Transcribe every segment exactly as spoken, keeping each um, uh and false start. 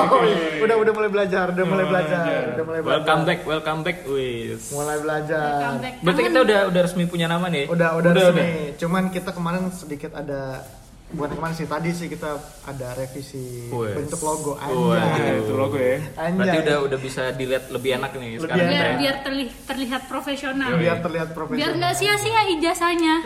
udah udah mulai belajar, udah mulai belajar, udah mulai belajar. Welcome back, welcome back, wis. Mulai belajar. Berarti kita udah udah resmi punya nama nih. Udah udah, udah resmi. Udah. Cuman kita kemarin sedikit ada bukan kemarin sih, tadi sih kita ada revisi Wes. bentuk logo anjay. Itu logo ya. Anjay. Berarti udah udah bisa dilihat lebih enak nih lebih sekarang. Biar, ya. biar terlihat, terlihat profesional. Biar terlihat profesional. Biar enggak sia-sia ijazahnya.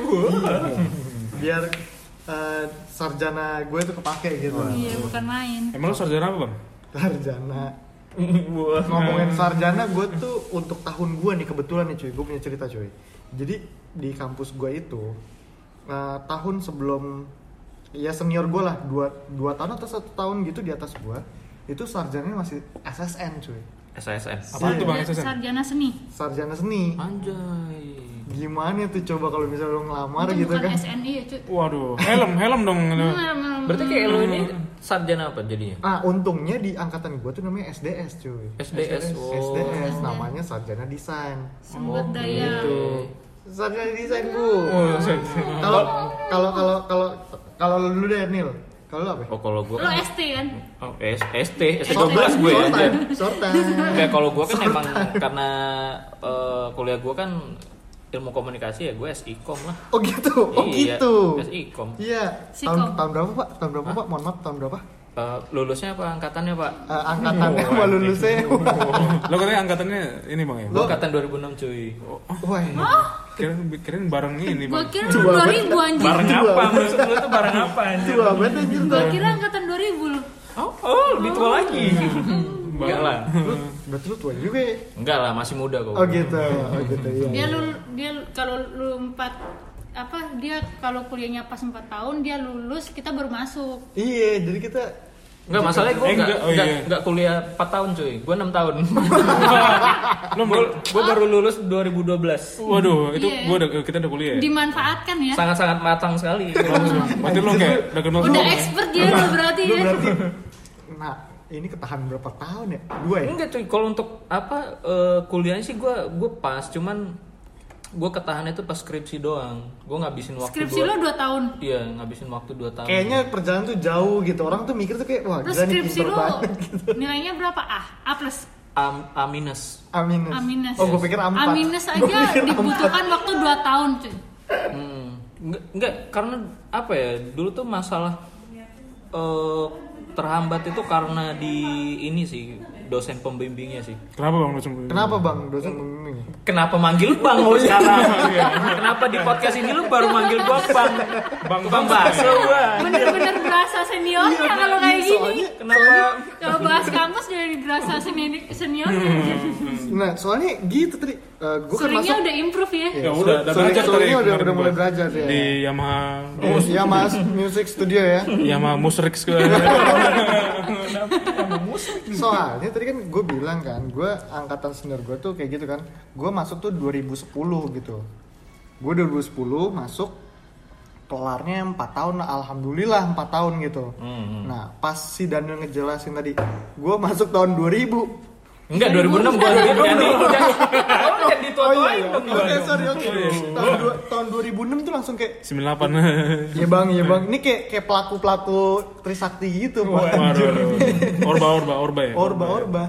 Biar uh, sarjana gue tuh kepake gitu. Oh, iya, bukan main. Emang lu sarjana apa, Bang? Sarjana. Ngomongin sarjana, gue tuh untuk tahun gue nih kebetulan nih cuy, gue punya cerita cuy. Jadi di kampus gue itu uh, tahun sebelum ya senior gue lah, dua, dua tahun atau satu tahun gitu di atas gue, itu sarjananya masih S S N cuy. S S N? Apa itu Bang S S N? Sarjana seni. Sarjana seni. Anjay. Gimana tuh coba kalau misalnya lo ngelamar itu gitu bukan kan? S N I ya cuy. Waduh, helm, helm dong. Berarti kayak lo ini sarjana apa jadinya? Ah, untungnya di angkatan gue tuh namanya S D S cuy. S D S, oh. S D S namanya sarjana desain. Sumber daya. Gitu. Sarjana desain bu. Kalau kalau kalau kalau kalau lu deh Nil, kalau lu apa? Oh kalau gue lo S T kan? Oh S S T S T dua belas gue ya. Sorta. Kayak kalau gue kan emang karena uh, kuliah gue kan ilmu komunikasi ya, gue S I K O M lah. Oh gitu. Oh iya, gitu. S I K O M. Iya. Tahun tahun berapa Pak? Tahun berapa Pak? Mohon maaf, tahun berapa? Uh, lulusnya apa angkatannya Pak? Uh, angkatannya apa oh, lulusnya? Lo katanya angkatannya ini Bang ya? Gue angkatan dua ribu enam cuy. Oh. Wah. Kirain kirain bareng ini Bang. Gue kira dua ribu anjir. Bareng apa? Maksud lu tuh bareng apa anjir? Tua banget anjir. Gue kira angkatan dua ribu lo. Oh, oh lebih tua lagi. Enggak lah. Berarti lu tua juga ya? Enggak lah, masih muda kok. Oh gitu. Oh gitu iya. Dia lu dia kalau lu empat apa dia kalau kuliahnya pas empat tahun dia lulus, kita baru masuk. Iya, jadi kita Enggak, masalahnya gue eh, enggak, enggak, oh, enggak, iya. enggak kuliah empat tahun cuy, gue enam tahun. Lo gue baru lulus dua ribu dua belas. Waduh, itu yeah. gua udah, kita udah kuliah ya? Dimanfaatkan ya. Sangat-sangat matang sekali. Berarti lo kayak udah kenal Udah expert dia lo berarti ya. berarti. Nah, ini ketahan berapa tahun ya? Dua ya? Enggak cuy, kalau untuk apa uh, kuliahnya sih gue gue pas, cuman gue ketahan itu pas skripsi doang. Gue ngabisin waktu skripsi dua, lo dua tahun. Iya, ngabisin waktu dua tahun. Kayaknya perjalanan tuh jauh gitu. Orang tuh mikir tuh kayak wah Terus gila nih skripsi pinter lo banget gitu. nilainya berapa? A, A plus. A, A minus. A minus. A minus. Oh, gue pikir A empat. A minus aja dibutuhkan waktu dua tahun cuy. Hmm. Enggak, enggak, karena apa ya? Dulu tuh masalah uh, terhambat itu karena di ini sih, dosen pembimbingnya sih. Kenapa Bang dosen pembimbing? Kenapa Bang dosen pembimbing? Kenapa manggil Bang lo sekarang? Kenapa di podcast ini lu baru manggil gua Bang? Bang Bang bakso gua. Bener-bener berasa seniornya kalau kayak gini. Kenapa? Kalau bahas kampus jadi berasa senior seniornya. Nah, soalnya gitu tadi uh, gue kan Seringnya masuk udah improve ya. Ya udah, udah soalnya belajar tadi. soalnya udah kemarin udah mulai gua. belajar ya. Di Yamaha Oh, Yamaha Music Studio ya. Yamaha Musrix ke. Soalnya tadi kan gue bilang kan, gue angkatan senior gue tuh kayak gitu kan. Gue masuk tuh dua ribu sepuluh gitu. Gue dua ribu sepuluh masuk, kelarnya empat tahun, alhamdulillah empat tahun gitu. Hmm. Nah, pas si Daniel ngejelasin tadi, gue masuk tahun dua ribu. Enggak, dua ribu enam gua jadi jadi tua-tuain dong gua. Oke, sorry, oke. Tahun dua, tahun dua ribu enam tuh langsung kayak sembilan puluh delapan. Iya bang, iya bang. Ini kayak kayak pelaku-pelaku Trisakti gitu, Pak. Waduh, orba orba orba ya. Orba orba.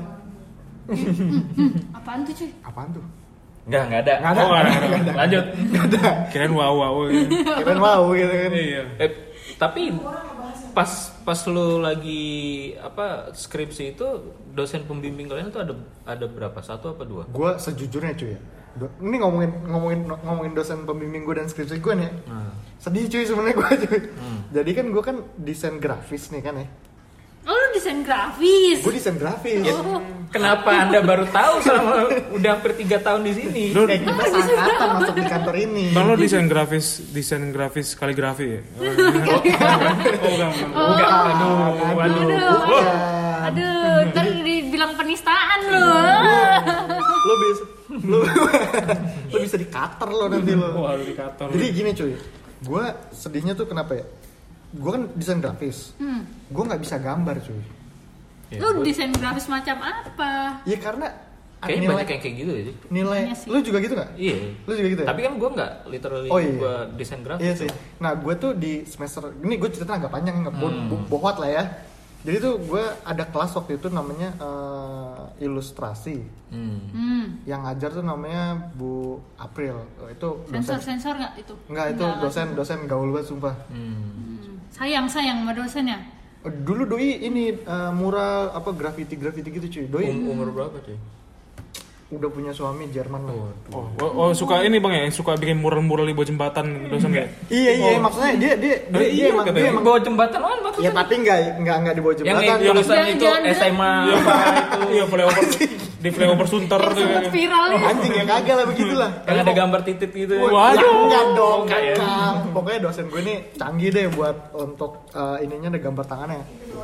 Apaan tuh cuy? Apaan tuh? Enggak, enggak ada. Enggak ada. Oh, enggak ada. Lanjut. Enggak ada. Kirain wow wow. Kirain wow gitu kan. Iya. Eh, tapi pas pas lu lagi apa skripsi itu dosen pembimbing kalian itu ada ada berapa? Satu apa dua? Gue sejujurnya cuy ya. Do- ini ngomongin ngomongin ngomongin dosen pembimbing gue dan skripsi gue nih. Hmm. Sedih cuy sebenarnya gue cuy. Hmm. Jadi kan gue kan desain grafis nih kan ya. Oh lu desain grafis. Gue desain grafis. Oh. Kenapa Anda baru tahu selama udah hampir tiga tahun di sini? Lu Eh kita seangkatan masuk di kantor ini. Bang lo desain grafis, desain grafis kaligrafi ya? Oh, enggak, Oh. Enggak, aduh, aduh. Aduh, aduh, ntar dibilang penistaan lu. Lo bisa lo, lo bisa di cutter lo nanti lo. Wah, lu di kantor. Jadi gini cuy, gue sedihnya tuh kenapa ya? Gue kan desain grafis, Hmm. gue nggak bisa gambar cuy. Ya, Lu gua- desain grafis macam apa? Ya karena Kayaknya nilai, banyak yang kayak gitu ya sih. nilai, Iya sih. lu juga gitu nggak? Iya. Lu juga gitu ya? Tapi kan gue nggak literally Oh, iya. gue desain grafis. Iya tuh. sih. Nah gue tuh di semester ini gue cerita agak panjang nggak bo- Hmm. bo- bohot lah ya. Jadi tuh gue ada kelas waktu itu namanya uh, ilustrasi. Hmm. Hmm. Yang ngajar tuh namanya Bu April. Itu Sensor dosen. sensor nggak itu? Enggak, itu dosen dosen gaul banget sumpah. Hmm. Hmm. Sayang sayang sama dosennya. Dulu doi ini uh, mural apa graffiti-graffiti gitu cuy. Doi Um, umur berapa cuy? udah punya suami Jerman lah. Oh, oh, oh, suka ini bang ya, suka bikin mural-mural di bawah jembatan dosen kayak. Iya iya Oh. maksudnya dia dia dia, Eh, dia iya, emang katanya. dia Di emang bawah jembatan mana maksudnya? ya tapi enggak enggak enggak di bawah yang jembatan. yang tulisan Jangan- itu jangan- S M A apa itu. Iya, flyover di flyover Sunter Yang tuh. sempet viral ya. Anjing ya kagak lah begitulah. Yang ada gambar titik gitu. Wah, Waduh. enggak dong, Enggak ya? Kang. Pokoknya dosen gue ini canggih deh buat untuk uh, ininya ada gambar tangannya.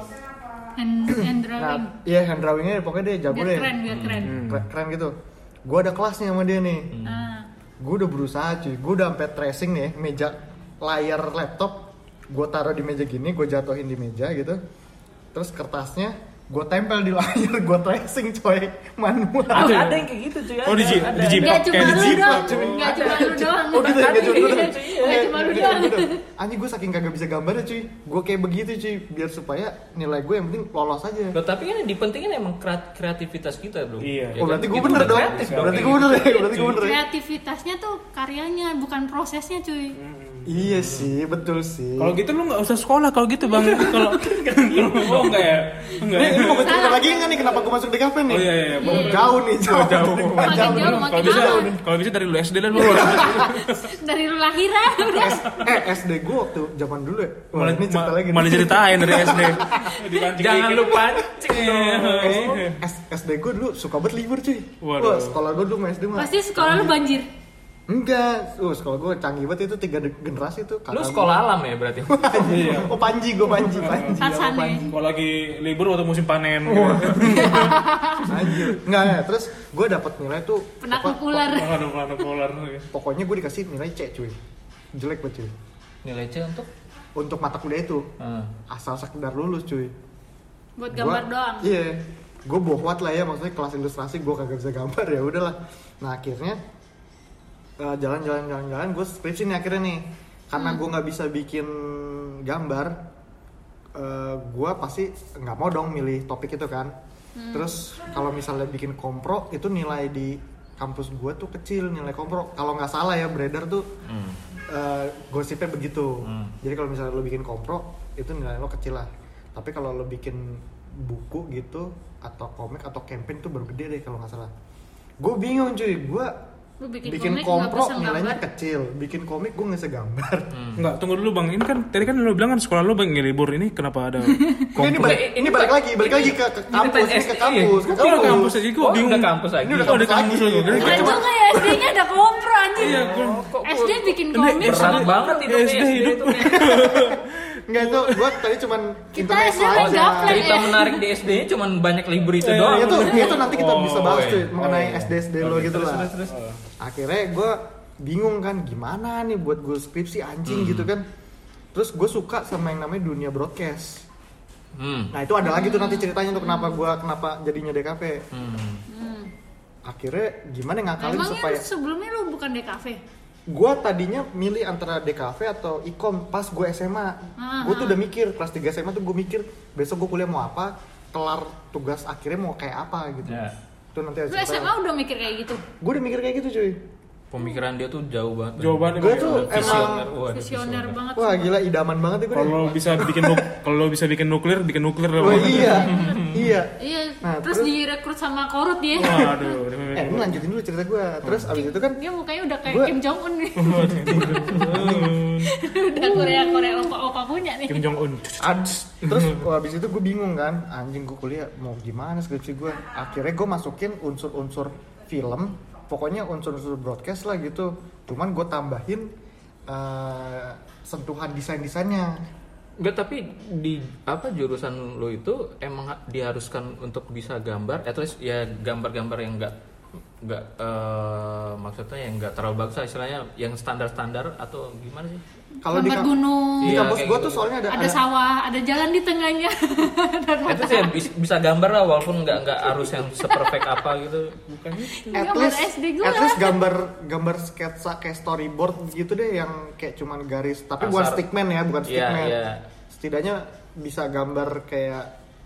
Hand, hand drawing. Nah, iya hand drawingnya pokoknya dia jago Biar deh. keren biar keren. Keren, keren gitu. Gue ada kelasnya sama dia nih. Ah. Gue udah berusaha cuy. Gue udah sampai tracing nih meja layar laptop. Gue taruh di meja gini, gue jatuhin di meja gitu. Terus kertasnya gue tempel di layar, gue tracing coy manual. Ada ada yang kayak gitu cuy. Oh, di ada, ji- ada. di jiplak. Nggak cuma kayak lu di doang, cuy. nggak cuma lu doang. Oh gitu ya, gak cuma gue Iya, doang. cuy, iya. Nggak cuma lu doang. Anjing gue saking kagak bisa gambarnya cuy. Gue kayak begitu cuy, biar supaya nilai gue yang penting lolos aja. Loh, tapi kan yang dipentingin emang kreat- kreativitas kita bro. Iya. Ya Oh kan? berarti gue Itu bener udah dong. kreatif Berarti kayak gue bener gitu. ya. Berarti gue bener ya. Kreativitasnya tuh karyanya bukan prosesnya cuy. Iya sih, betul sih. Kalau gitu lu nggak usah sekolah kalau gitu bang. Kalau oh enggak ya, enggak. Ini, Ya? ini mau gue cerita lagi nggak nih kenapa gue masuk di kafe nih? Oh iya iya. Oh, jauh nih, jauh. jauh. Makin Makin jauh. jauh, Kalau makin bisa, jauh. kalau bisa dari lu S D lah lu. Dari lu lahiran udah. S- eh S D gue waktu zaman dulu ya. Wah, Malah ini cerita lagi. nih. malah ceritain dari S D. Dipancing Jangan dikit. lupa cek dong. S SD gue dulu suka banget libur cuy. Waduh. Wah, sekolah gue dulu S D mah. Pasti sekolah lu banjir. Enggak, uh, sekolah gue canggih banget itu tiga de- generasi tuh. Lu sekolah alam ya berarti. Iya. Oh Panji, gue Panji, Panji. Sarsan ya. Kalau lagi libur waktu musim panen. gitu. Anjir. Enggak, enggak. Terus gue dapat nilai tuh. Penakut apa- ular. Aduh, aduh, polar. Pokoknya gue dikasih nilai C cuy. Jelek banget cuy. Nilai C untuk Untuk mata kuliah itu Ah. asal sekedar lulus cuy. Buat gambar Gua- doang. Iya. Gue bohwat lah ya, maksudnya kelas ilustrasi gue kagak bisa gambar ya udahlah. Nah akhirnya eh, jalan-jalan jalan-jalan gue skripsi nih akhirnya nih. Karena gue nggak bisa bikin gambar, eh, gue pasti nggak mau dong milih topik itu kan. Terus kalau misalnya bikin kompro itu nilai di kampus gue tuh kecil nilai kompro. Kalau nggak salah ya beredar tuh Hmm. eh, gosipnya begitu. Hmm. Jadi kalau misalnya lo bikin kompro itu nilai lo kecil lah. Tapi kalau lo bikin buku gitu atau komik atau campaign tuh baru gede deh kalau nggak salah. Gue bingung cuy, gue Lu bikin, bikin komik nggak kompro bisa nilainya gambar. kecil, bikin komik gue nggak bisa gambar. Enggak, tunggu dulu bang. Ini kan tadi kan lu bilang kan sekolah lu bang libur ini kenapa ada Enggak, ini balik, ini, Ini balik Pak, lagi, balik ini- lagi ke, ke ini kampus, tes ini ke S D. kampus, ke Kok udah kampus. kampus aja gue Oh, bingung. udah kampus lagi. Ini udah Oh, kampus, udah kampus lagi. lagi. Ini Keren cuma- juga ya S D-nya ada kompro anjing. Iya, gua- S D bikin Ini komik. S D. Berat banget itu S D S D hidup. itu. Enggak itu, gue tadi cuman Kita intermezzo S D main aja. gaplek. Cerita menarik di S D cuman banyak libur itu Eh, doang. Itu, itu nanti kita bisa bahas Oh, cuy iya. mengenai Oh, iya. S D S D lo Oke, gitu terus, lah. terus, terus. Akhirnya gue bingung kan gimana nih buat gue skripsi anjing gitu kan. Terus gue suka sama yang namanya dunia broadcast. Hmm. Nah itu ada lagi tuh nanti ceritanya tuh kenapa gue kenapa jadinya D K V. Hmm. Hmm. Akhirnya gimana ngakalin Emangnya supaya sebelumnya lu bukan D K V? gue tadinya milih antara D K V atau Ikom pas gue S M A. Ah, Gue tuh ah. udah mikir kelas tiga S M A tuh gue mikir besok gue kuliah mau apa, kelar tugas akhirnya mau kayak apa gitu. Ya. Itu nanti ada Lu S M A udah mikir kayak gitu? Gue udah mikir kayak gitu cuy. Pemikiran dia tuh jauh banget. Jawabannya Gue Bang, tuh ya. Visioner. emang Wah, ada Visioner banget. wah gila idaman banget ya gue. Kalau bisa bikin nuk- kalau bisa bikin nuklir, bikin nuklir lah. Oh Bang. iya, iya. Iya, Nah, terus, terus- direkrut sama Korut dia. Waduh. Eh ini lanjutin dulu cerita gue. Terus abis itu kan Dia mukanya udah kayak Gua- Kim Jong Un nih. Udah Korea Korea opa opa punya nih. Kim Jong Un. Ads. Terus wah, abis itu gue bingung kan, anjing gue kuliah mau gimana skripsi gue. Akhirnya gue masukin unsur-unsur film, pokoknya unsur-unsur broadcast lah gitu. Cuman gue tambahin eh, sentuhan desain-desainnya. Enggak, tapi di apa jurusan lo itu emang ha- diharuskan untuk bisa gambar, at least ya gambar-gambar yang enggak enggak eh, maksudnya yang enggak terlalu bagus lah, istilahnya yang standar-standar atau gimana sih? Kalau di, Gambar kam- gunung. di Iya, kampus kayak gue gitu. tuh soalnya ada, Ada sawah, ada jalan di tengahnya. Dan Itu sih ya bis- bisa gambar lah walaupun nggak nggak harus yang seperfect apa gitu. Bukan itu. at Gambar least, S D gue. at least gambar gambar sketsa kayak storyboard gitu deh yang kayak cuman garis tapi bukan Kasar. stickman ya bukan Iya, stickman iya. setidaknya bisa gambar kayak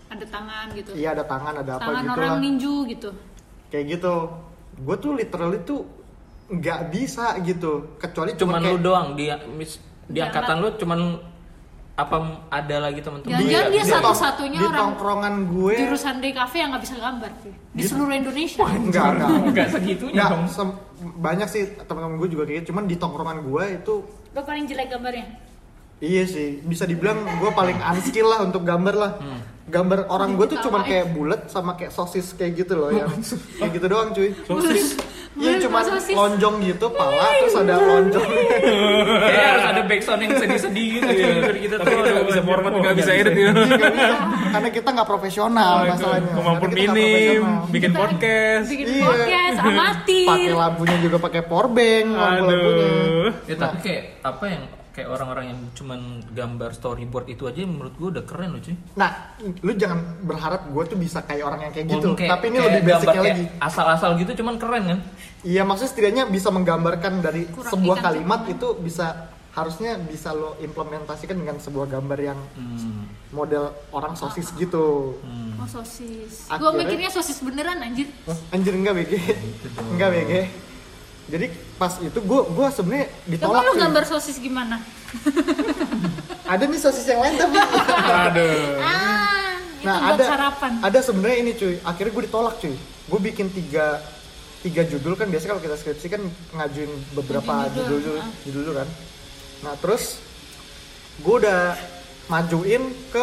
ada tangan gitu. Iya ada tangan, ada apa Tangan gitu orang lah. ninju gitu. Kayak gitu. Gue tuh literally tuh nggak bisa gitu, kecuali Cuman kayak, lu doang di mis, di Jangan. angkatan lu cuman apa ada lagi teman-teman? Jangan-jangan dia di tong- satu-satunya di orang tongkrongan gue jurusan D K V yang nggak bisa gambar tuh. Di seluruh Indonesia. enggak enggak Enggak segitunya enggak dong. sem- banyak sih teman-teman gue juga kayak gitu, cuman di tongkrongan gue itu Lo paling jelek gambarnya. iya sih bisa dibilang gue paling unskill lah untuk gambar lah. Gambar orang gue tuh cuman kayak bulat sama kayak sosis kayak gitu loh yang kayak gitu doang cuy. Sosis. Iya Bulat cuma sama sosis. lonjong gitu pala terus ada lonjong. Kayak harus ada backsound yang sedih-sedih gitu ya. Dari kita Tapi tuh kita nggak bisa format, nggak bisa edit ya. Iya, nggak bisa. Karena kita nggak profesional masalahnya. Kemampuan Karena kita nggak minim, profesional. bikin Kita podcast. Bikin Iya. podcast amatir. Pakai lampunya juga pakai powerbank lampu-lampunya. Aduh. Ya tapi kayak apa yang kayak orang-orang yang cuman gambar storyboard itu aja menurut gua udah keren loh cuy. Nah, lu jangan berharap gue tuh bisa kayak orang yang kayak gitu. Walaupun kayak- Tapi ini kayak lebih basicnya gambar kayak lagi. asal-asal gitu cuman keren kan. Iya, maksudnya setidaknya bisa menggambarkan dari Kurang sebuah ikan kalimat cuman. itu bisa harusnya bisa lo implementasikan dengan sebuah gambar yang Hmm. model orang sosis gitu. Oh sosis. Gue Akhirnya- mikirnya sosis beneran anjir. Hah? Anjir enggak B G. Enggak B G. Jadi pas itu gue gue sebenarnya ditolak. Tapi lu cuy. gambar sosis gimana? Ada nih sosis yang lain tapi. Aduh. Ah, itu Nah, buat ada sarapan. ada sebenarnya ini cuy. Akhirnya gue ditolak cuy. Gue bikin tiga tiga judul kan biasa kalau kita skripsi kan ngajuin beberapa Ngajuin judul judul, judul, ah. judul dulu kan. Nah terus gue udah majuin ke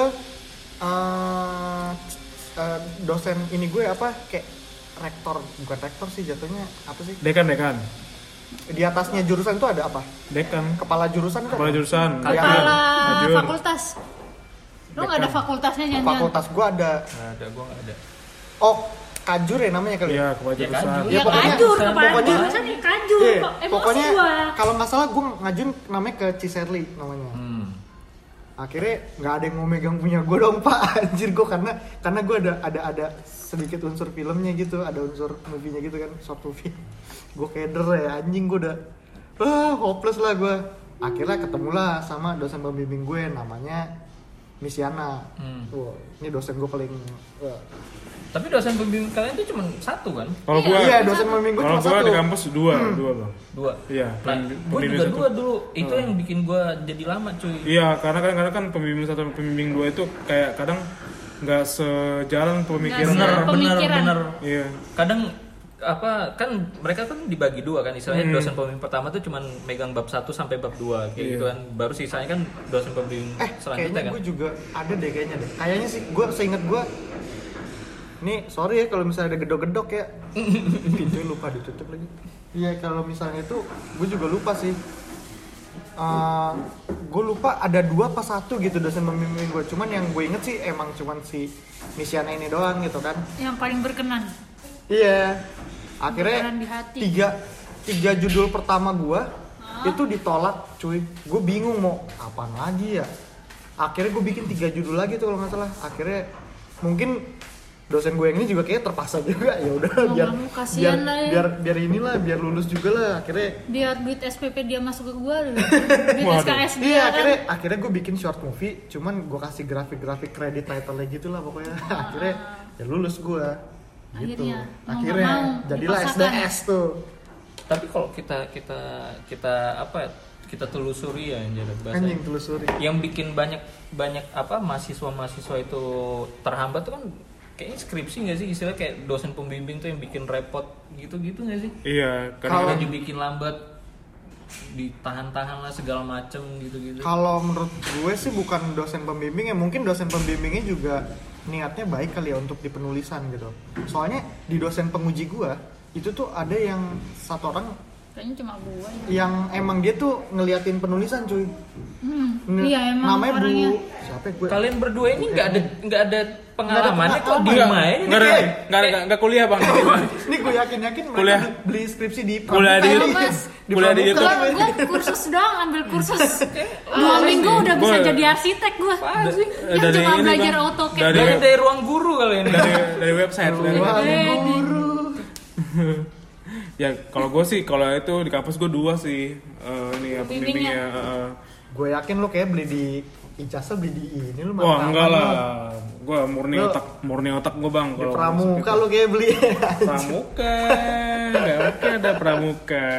eh, eh, dosen ini gue apa kayak rektor bukan rektor sih jatuhnya apa sih Dekan, dekan. di atasnya jurusan itu ada apa Dekan. kepala jurusan itu Kepala apa? jurusan. Kepala Ajun. fakultas. Lo nggak ada fakultasnya jangan-jangan? fakultas gue ada Nggak ada, gua nggak ada. oh kajur ya namanya kali Iya, kepala Ya, jurusan. kajur. Ya, Ya, pokoknya- kajur, kepala pokoknya- jurusan ya kajur. Iya, Kok emosi pokoknya gua. kalau nggak salah gue ngajuin namanya ke Ciserli namanya. Hmm. Akhirnya nggak ada yang mau megang punya gue dong pak, anjir gue karena karena gue ada ada ada sedikit unsur filmnya gitu, ada unsur movie-nya gitu kan, short movie. Gue keder ya anjing gue udah, ah hopeless lah gue. Akhirnya ketemulah sama dosen pembimbing gue namanya Misiana. Hmm. Wah, ini dosen gue paling. wah. Tapi dosen pembimbing kalian itu cuma satu kan? Kalau gua, Iya dosen pembimbing gue kalau cuma gua satu. di kampus dua, dua bang. Dua. Iya. Nah, pembimbing- gue pembimbing juga satu. dua dulu. Itu yang bikin gue jadi lama cuy. Iya, karena kan karena kan pembimbing satu dan pembimbing dua itu kayak kadang nggak sejalan pemikiran. Nggak Bener, bener, Pemikiran. bener. Iya. Kadang apa kan mereka kan dibagi dua kan istilahnya Hmm. dosen pembimbing pertama tuh cuman megang bab satu sampai bab dua kayak Iya. gitu kan, baru sisanya kan dosen pembimbing Eh, selanjutnya kayaknya kan. gue juga ada deh kayaknya deh. Kayaknya sih gue seinget gue. Nih, sorry ya kalau misalnya ada gedok-gedok ya. Pintunya lupa ditutup lagi. Iya, kalau misalnya itu gue juga lupa sih. Uh, gue lupa ada dua pas satu gitu dosen pembimbing gue. Cuman yang gue inget sih emang cuman si Misiana ini doang gitu kan. Yang paling berkenan. Iya. Akhirnya Berkenan di hati. tiga tiga judul pertama gue Hah? itu ditolak, cuy. Gue bingung mau apaan lagi ya. Akhirnya gue bikin tiga judul lagi tuh kalau nggak salah. Akhirnya mungkin dosen gue yang ini juga kayak terpaksa juga ya udah Mau biar nggak mau, biar, kasihan lah ya. biar biar inilah biar lulus juga lah akhirnya. Biar duit S P P dia masuk ke gua dulu. Duit S K S dia Iya kan. akhirnya akhirnya gue bikin short movie, cuman gue kasih grafik-grafik kredit title gitu lah pokoknya. akhirnya ya lulus gue. Gitu. Akhirnya, mau Akhirnya nggak mau, jadilah S D dipaksakan. S tuh. Tapi kalau kita kita kita apa ya, kita telusuri ya jadi bahasa Anjing telusuri. yang bikin banyak banyak apa mahasiswa-mahasiswa itu terhambat tuh kan kayaknya skripsi nggak sih, istilah kayak dosen pembimbing tuh yang bikin repot gitu-gitu nggak sih? Iya, Kalau karena dibikin lambat, ditahan-tahan lah segala macem gitu-gitu. Kalau menurut gue sih bukan dosen pembimbing ya, mungkin dosen pembimbingnya juga niatnya baik kali ya untuk di penulisan gitu. Soalnya di dosen penguji gue itu tuh ada yang satu orang Kayaknya cuma gua ya. yang emang dia tuh ngeliatin penulisan cuy. Hmm. Nge- Iya emang namanya orangnya. Bu siapa ya gue? Kalian berdua ini nggak ada nggak ada pengalamannya kok di pengalaman. rumah ini nggak ada kayak- nggak ada nggak kuliah bang. Ini gue yakin-yakin mereka Kuliah. beli skripsi di Kuliah di- Pramuka, Mas. di kuliah di Pramuka. Gua, gua kursus doang, ambil kursus dua minggu udah bisa Gua- jadi arsitek gua. Apaan sih? Yang Dari cuma ini, belajar Bang. AutoCAD. Dari- Dari, dari ruang guru kalian. dari dari website. Dari Wah, Eh, guru. Ya kalau gue sih kalau itu di kampus gue dua sih. Eh, ini ya Pembimbingnya. pembimbingnya. eh, Gue yakin lu kayak beli di ijazah, beli di ini lu. Wah makan enggak lu. lah, gue murni Lu- otak, murni otak gue bang. Di kalau pramuka masuk lu kayak beli. itu. Pramuka, nggak oke ada pramuka.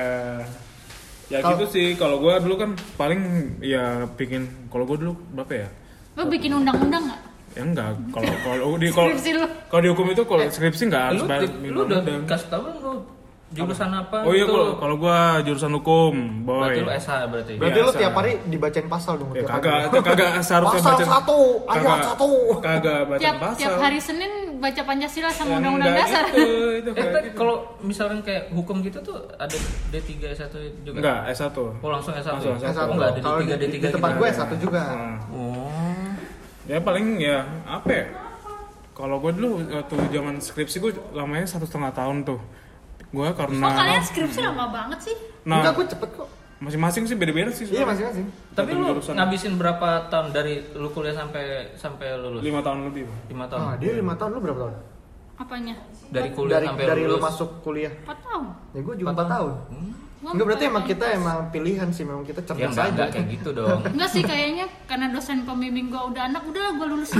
Ya Kalo- gitu sih, kalau gue dulu kan paling ya bikin, kalau gue dulu berapa ya? Lo bikin undang-undang nggak? Ya enggak, kalau kalau di kalau Skripsi lu. kalau di hukum itu kalau skripsi nggak harus Lu, bayar lu udah undang-undang. kasih tau belum lu jurusan apa? Oh iya, gitu? kalau kalau gue jurusan hukum, boy. Berarti lu S H berarti. Berarti lu Biasa. tiap hari dibacain pasal dong. Ya tiap kagak, hari. itu kagak seharusnya Pasal baca satu, ayat kagak- satu. Kagak baca Tiap pasal. tiap hari Senin baca Pancasila sama Ya, Undang-Undang enggak Dasar. Gitu, itu Eh, kayak tapi gitu. kalau misalkan kayak hukum gitu tuh ada D tiga S satu juga? Enggak, S satu. Oh langsung S satu? Langsung ya? S satu. S satu. Oh enggak ada Kalau D tiga di, D tiga di tempat gitu? gue S satu juga. Nah, Oh. ya paling ya apa ya? Kalau gue dulu waktu zaman skripsi gue lamanya satu setengah tahun tuh. Gue karena Kok kalian skripsi lama banget sih? nah Enggak, gue cepet kok. masing-masing sih beda-beda sih. Iya sebenarnya. masing-masing. Tapi Satu lu jurusan. ngabisin berapa tahun dari lu kuliah sampai sampai lulus? lima tahun lebih. Bang. Lima tahun. Ah, dia lima tahun, lu berapa tahun? Apanya? Dari kuliah Dari sampai dari lu lulus. masuk kuliah. empat tahun. Ya gue juga Empat empat tahun. Hmm. Gua Enggak, berarti empat emang tahun. kita emang pilihan sih, memang kita Ya cerdas enggak, aja. enggak kayak gitu dong. Enggak sih kayaknya karena dosen pembimbing gua udah anak, udah gua lulus.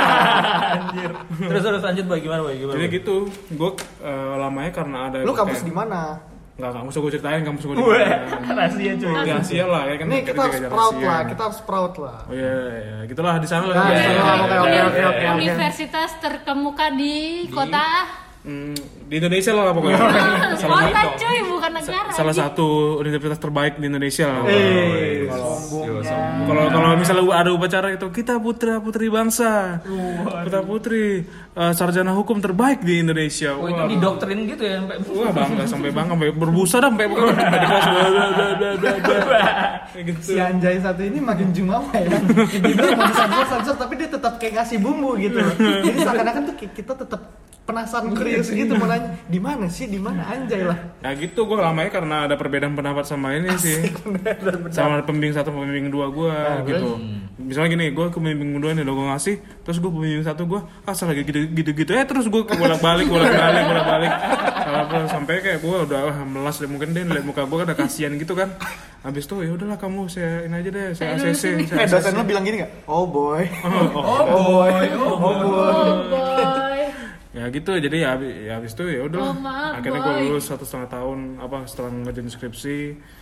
Anjir. Terus terus lanjut Boy, gimana Boy? Gimana? Jadi Boy? gitu, gue uh, lamanya karena ada. Lu kampus kayak- di mana? Nggak, nggak usah gue ceritain kampus gue di Wah, mana. rahasia cuy. Rahasia lah ya kan. Nih kita harus jaga proud rahasia. lah, kita harus proud lah. Oh iya, iya, gitulah di sana lah. Nah, Di di sana sana, lah. oke, oke, oke, oke, oke. Universitas terkemuka di kota Hmm, di Indonesia lah pokoknya. salah, kota satu, cuy, bukan negara. salah satu universitas terbaik di Indonesia lah. Eh, Kalau- sombongnya. Kalau kalau misalnya ada upacara itu kita putra putri bangsa, putra putri uh, sarjana hukum terbaik di Indonesia. Oh, itu Wah, didoktrin gitu ya sampai wah bangga sampai bangga sampai berbusa dah sampai pokoknya sampai di kelas bla bla bla bla bla bla. Kayak gitu. Si Anjay satu ini makin jumawa ya. Dia mau disensor-sensor tapi dia tetap kayak ngasih bumbu gitu. Jadi seakan-akan tuh kayak kita tetap penasaran curious gitu mau nanya di mana sih, di mana Anjay lah. Ya gitu gue lamanya karena ada perbedaan pendapat sama ini sih. Sama pembimbing satu pembimbing dua gue gitu. Misalnya gini, gue ke pembimbing dua nih lo gue ngasih, terus gue pembimbing satu gue asal lagi gitu gitu gitu eh terus gue bolak balik bolak balik bolak balik sampai kayak gue udah ah, melas deh, mungkin dia liat muka gue kan udah kasihan gitu kan. Habis itu ya udahlah kamu saya ini aja deh, saya A C C. Eh dosen lo bilang gini gak? Oh boy. Oh boy, oh Oh boy. Oh boy. Ya gitu, jadi ya, habi- ya habis itu ya udah Oh, maaf, akhirnya gue boy. lulus satu setengah tahun apa setelah ngerjain skripsi.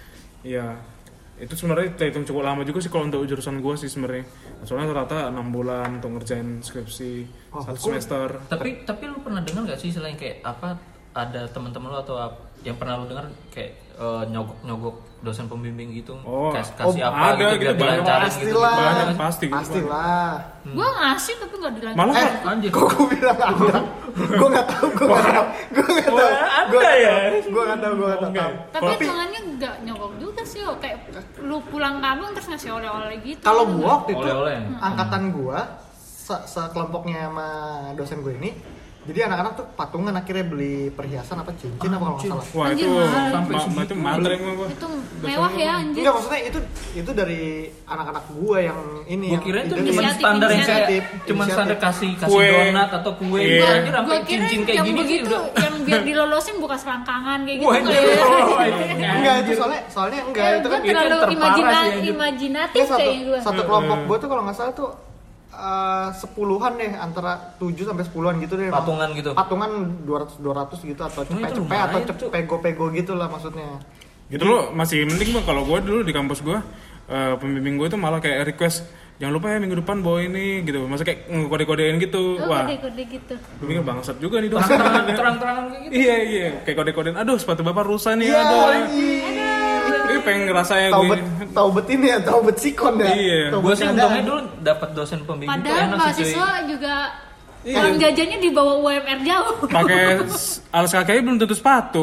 Ya itu sebenarnya terhitung cukup lama juga sih kalau untuk jurusan gue sih sebenarnya. Soalnya rata-rata enam bulan untuk ngerjain skripsi Oh, satu hukum. semester. Tapi tapi lu pernah dengar gak sih selain kayak apa ada teman-teman lu atau ap- yang pernah lu dengar kayak eh, nyogok-nyogok dosen pembimbing gitu, Oh, Kas- kasih oh, apa ada gitu gitu, biar banyak. dilancarin gitu. Pastilah. Banyak, pasti gitu. Pastilah. Gua ngasih tapi nggak dilanjut. Malah Eh, kan Anjir. Kok gue bilang ada? Gue nggak tahu, gue nggak tahu, gue nggak tahu. Wah, Gue ada ya? Gue nggak tahu, gue nggak tahu. Tapi hitungannya nggak nyogok juga sih, oh. Kayak lu pulang kampung terus ngasih oleh-oleh gitu. Kalau gue waktu itu Oleh-oleh. angkatan gue se- sekelompoknya sama dosen gue ini, jadi anak-anak tuh patungan akhirnya beli perhiasan apa cincin apa kalau nggak salah. wah Anjir, itu mahal. Sampai ma- segitu. itu matre gua gua. itu mewah ya anjir. Enggak, maksudnya itu itu dari anak-anak gue yang ini Gue yang kira itu ide- cuma Inisiatif, standar yang kayak inisiatif, cuma inisiatif. standar kasih kasih Kue. donat atau kue Iya. gitu anjir sampai Gua kira cincin kayak yang gini sih begitu udah. yang biar dilolosin buka selangkangan kayak gitu Wah, kayak. anjir. Enggak, itu soalnya soalnya enggak Eh, itu gua kan itu terlalu terparah imajina- sih, anjir. imajinatif Kayak satu, kayak gue. satu kelompok gue tuh kalau nggak salah tuh eh, sepuluhan deh, antara tujuh sampai sepuluhan gitu deh. Patungan gitu. Patungan dua ratus dua ratus gitu atau Oh, itu cepet-cepet atau lumayan, cepet Cuk. pego-pego gitu lah maksudnya. Gitu loh masih mending bang kalau gue dulu di kampus gue eh, pembimbing gue itu malah kayak request jangan lupa ya minggu depan bawa ini gitu, masa kayak ngekode-kodein gitu. Oh, Wah, kode-kode gitu. gue mikir bangsat juga nih dosen. Terang-terangan terang-terangan kayak gitu. Iya iya, kayak kode-kodein. Aduh sepatu bapak rusak nih. Iya, aduh. anjir. Ini pengen ngerasain Tahu gue. bet tahu bet ini ya, tahu bet sikon ya. Iya. Tahu Gue bet sih keadaan. untungnya dulu dapat dosen pembimbing tuh Padahal enak sih cuy. mahasiswa juga Iya. uang jajannya di bawah U M R jauh. Pakai s- alas kakinya belum tentu sepatu.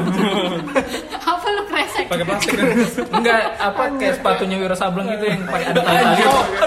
Apa lu kresek? Pakai plastik. Enggak, apa kayak sepatunya Wiro Sableng gitu yang pakai ada tali.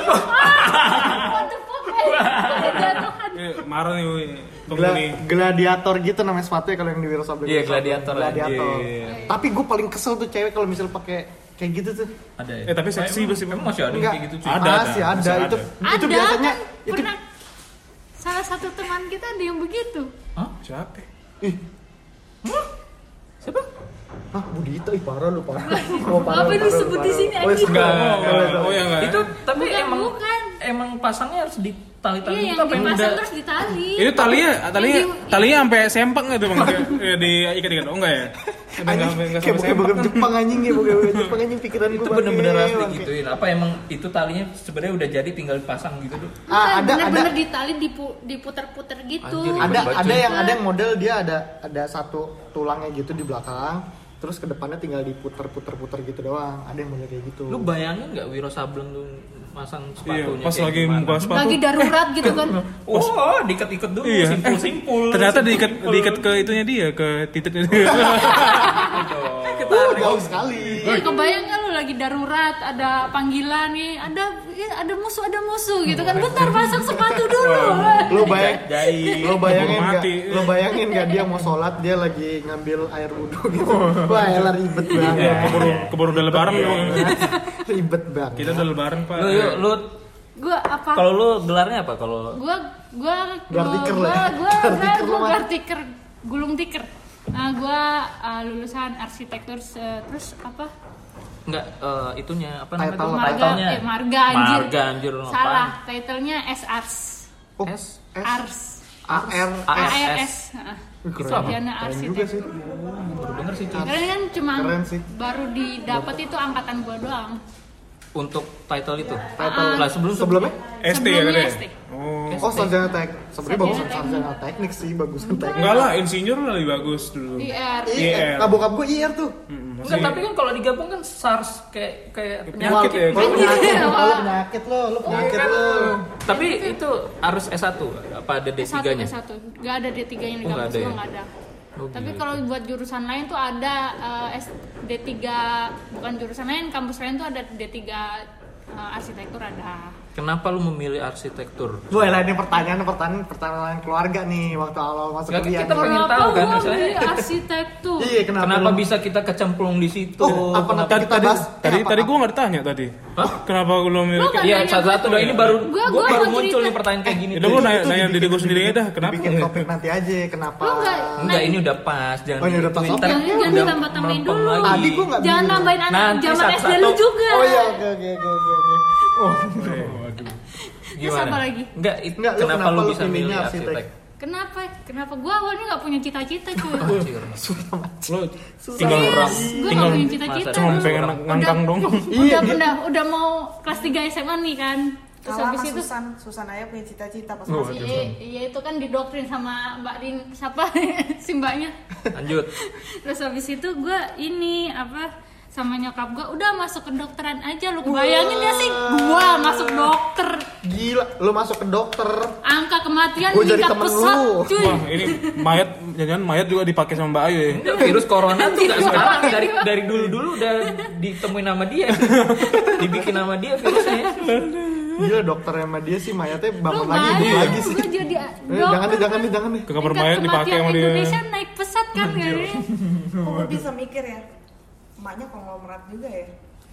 What the fuck? eh? Jatuhan. Eh, Marah nih, woi. Tunggu Gla- nih. gladiator gitu namanya sepatunya kalau yang di Wiro Sableng. Iya, gladiator, Gladiator. anjir. Tapi gue paling kesel tuh cewek kalau misal pakai kayak gitu tuh. Ada ya? Eh, tapi seksi Emang- pasti, Bang. Emang masih ada yang Enggak. kayak gitu cuy. Ada, ada. Masih ada, Masih itu ada. itu Ada, biasanya kan itu pernah salah satu teman kita ada yang begitu. Hah? Siapa? ih, Siapa? ah Budita, ih parah lu parah. Oh, parah, Apa lu parah, sebut di parah. sini, Oh, anjing? Enggak, oh, enggak. Oh ya enggak. Itu tapi Bukan, emang bukan. emang pasangnya harus ditali-tali Iya, gitu yang apa yang dipasang udah terus ditali. Itu talinya, talinya, Yang di- talinya sampai sempak nggak tuh bang? Kayak di ikat-ikat, oh enggak ya? Udah nggak Anjing, sampai nggak kayak sampai bukan sempak. Jepang anjing ya, bukan Jepang anjing pikiran itu gue bener-bener harus digituin. Apa emang itu talinya sebenarnya udah jadi tinggal dipasang gitu tuh? Ah, Bukan, ada bener-bener ada ditali dipu- diputer-puter gitu. Anjir, ada Baca. ada yang ada yang model dia ada ada satu tulangnya gitu di belakang, terus ke depannya tinggal diputer-puter-puter gitu doang. Ada yang model kayak gitu. Lu bayangin nggak Wiro Sableng tuh masang Iya, sepatunya pas kayak lagi gimana? buka sepatu. Lagi darurat gitu kan. Oh, diikat-ikat dulu, Iya. simpul-simpul. Ternyata diikat simpul. diikat ke itunya dia, ke titiknya dia. Aduh. Uh, jauh sekali. Iya, kebayang kan lu lagi darurat, ada panggilan nih, ada ya, ada musuh, ada musuh gitu kan. Bentar pasang sepatu dulu. Lo bayang, Jahit. lo bayangin Mau nggak? mati. Lo bayangin nggak dia mau sholat dia lagi ngambil air wudhu gitu. Wah, elah ribet Iya, banget. keburu keburu udah lebaran dong. Ribet banget. Kita udah lebaran pak. Lu yuk, lu Gua apa? kalau lu gelarnya apa kalau Gua gua Gelar tiker gua, lah ya. gua Gelar gua, tiker gua, lu mah. gelar tiker, gulung tiker. Nah, gua uh, lulusan arsitektur uh, terus apa? enggak eh, itunya apa namanya? Title, tuh? Marga, Title-nya. eh, marga anjir. Marga anjir lu Salah, ngapain? titlenya S Ars. Oh, S S Ars. A R A A S. R S. Heeh. Wih, Itu apa? Sarjana Keren juga sih. arsitektur. Baru denger sih cuy. Keren kan cuma Keren sih. baru didapat itu angkatan gua doang. Untuk title itu. Title Lah sebelum sebelumnya? S T ya Sebelumnya tadi. S T. Oh. Oh, sarjana tek. Sebenarnya Sarjana bagusan teknik. sarjana teknik sih, bagusan teknik. Enggak lah, insinyur lah lebih bagus dulu. I R. I I R. R. Nah, bokap gue I R tuh. Enggak, tapi kan kalau digabung kan SARS kayak kayak Penyakit ya. Kalau penyakit, Iya, kalau Pak. penyakit lo, lo penyakit kan. lo. Tapi itu harus S satu apa ada D S satu, tiga-nya? S satu. Gak ada D tiga-nya di Oh, nggak kampus ada gua ya? nggak ada. Oh, Tapi gitu. kalau buat jurusan lain tuh ada eh, S D tiga, bukan jurusan lain, kampus lain tuh ada D tiga eh, arsitektur ada. Kenapa lu memilih arsitektur? Gue lah ini pertanyaan pertanyaan pertanyaan keluarga nih waktu awal masuk Nggak, kuliah. kita nih. pengen Kenapa tahu kan, gua misalnya. milih arsitektur? Iya, kenapa? Kenapa lu- bisa kita kecemplung di situ? Oh, apa nanti Tadi kita tadi bahas? tadi, Eh, apa- tadi gue nggak ditanya tadi. Hah? Kenapa gue belum milih? Lu nggak Iya, nanya satu-satu gua. dong. Ini baru Gua- gua gua baru mau muncul cerita. nih pertanyaan kayak gini. Udah tuh. gue nanya nanya diri gue sendiri aja dah. Kenapa? Bikin topik nanti aja kenapa? Lu nggak- Enggak, ini udah pas. Jangan Oh, ini udah pas. itu Oke, ntar oke, Jangan udah ditambah-tambahin melempem dulu. lagi. Tadi gua nggak Jangan bingung. nambahin anak Nanti zaman S D satu-satu. lu juga. Oh iya, oke oke oke oke oke. Oh, Terus apa lagi? Enggak, it- Enggak, lu kenapa, kenapa lu lu bisa pilihnya milih arsitek? arsitek? Kenapa? Kenapa gua awalnya nggak punya cita-cita cuy? Anjir. Lo tinggal Serius, gua tinggal nggak punya cita-cita. cuma Dulu. pengen ngangkang dong. Iya, udah dia- udah udah mau kelas tiga S M A nih kan. Terus Kalah habis sama itu Susan, Susan Aya punya cita-cita pas Oh, masih Iya, iya itu kan didoktrin sama Mbak Rin siapa si mbaknya. Lanjut. Terus habis itu gue ini apa sama nyokap gue udah masuk kedokteran aja lu bayangin ya sih gue masuk dokter Gila, lu masuk ke dokter. angka kematian Gua jadi meningkat temen pesat lu. cuy. Wah ini mayat, jangan mayat juga dipakai sama Mbak Ayu ya. Enggak, virus corona tuh enggak sekarang, dari dari dulu-dulu udah ditemuin nama dia. Dibikin nama dia virusnya. Gila dokter sama dia sih mayatnya Lu bangun lagi, hidup bayangin, lagi sih. gue jadi Eh, jangan deh, jangan deh, jangan deh. Ke kamar tingkat mayat dipakai kematian sama dia. Indonesia naik pesat kan ya. Oh, gue bisa mikir ya. Emaknya konglomerat juga ya.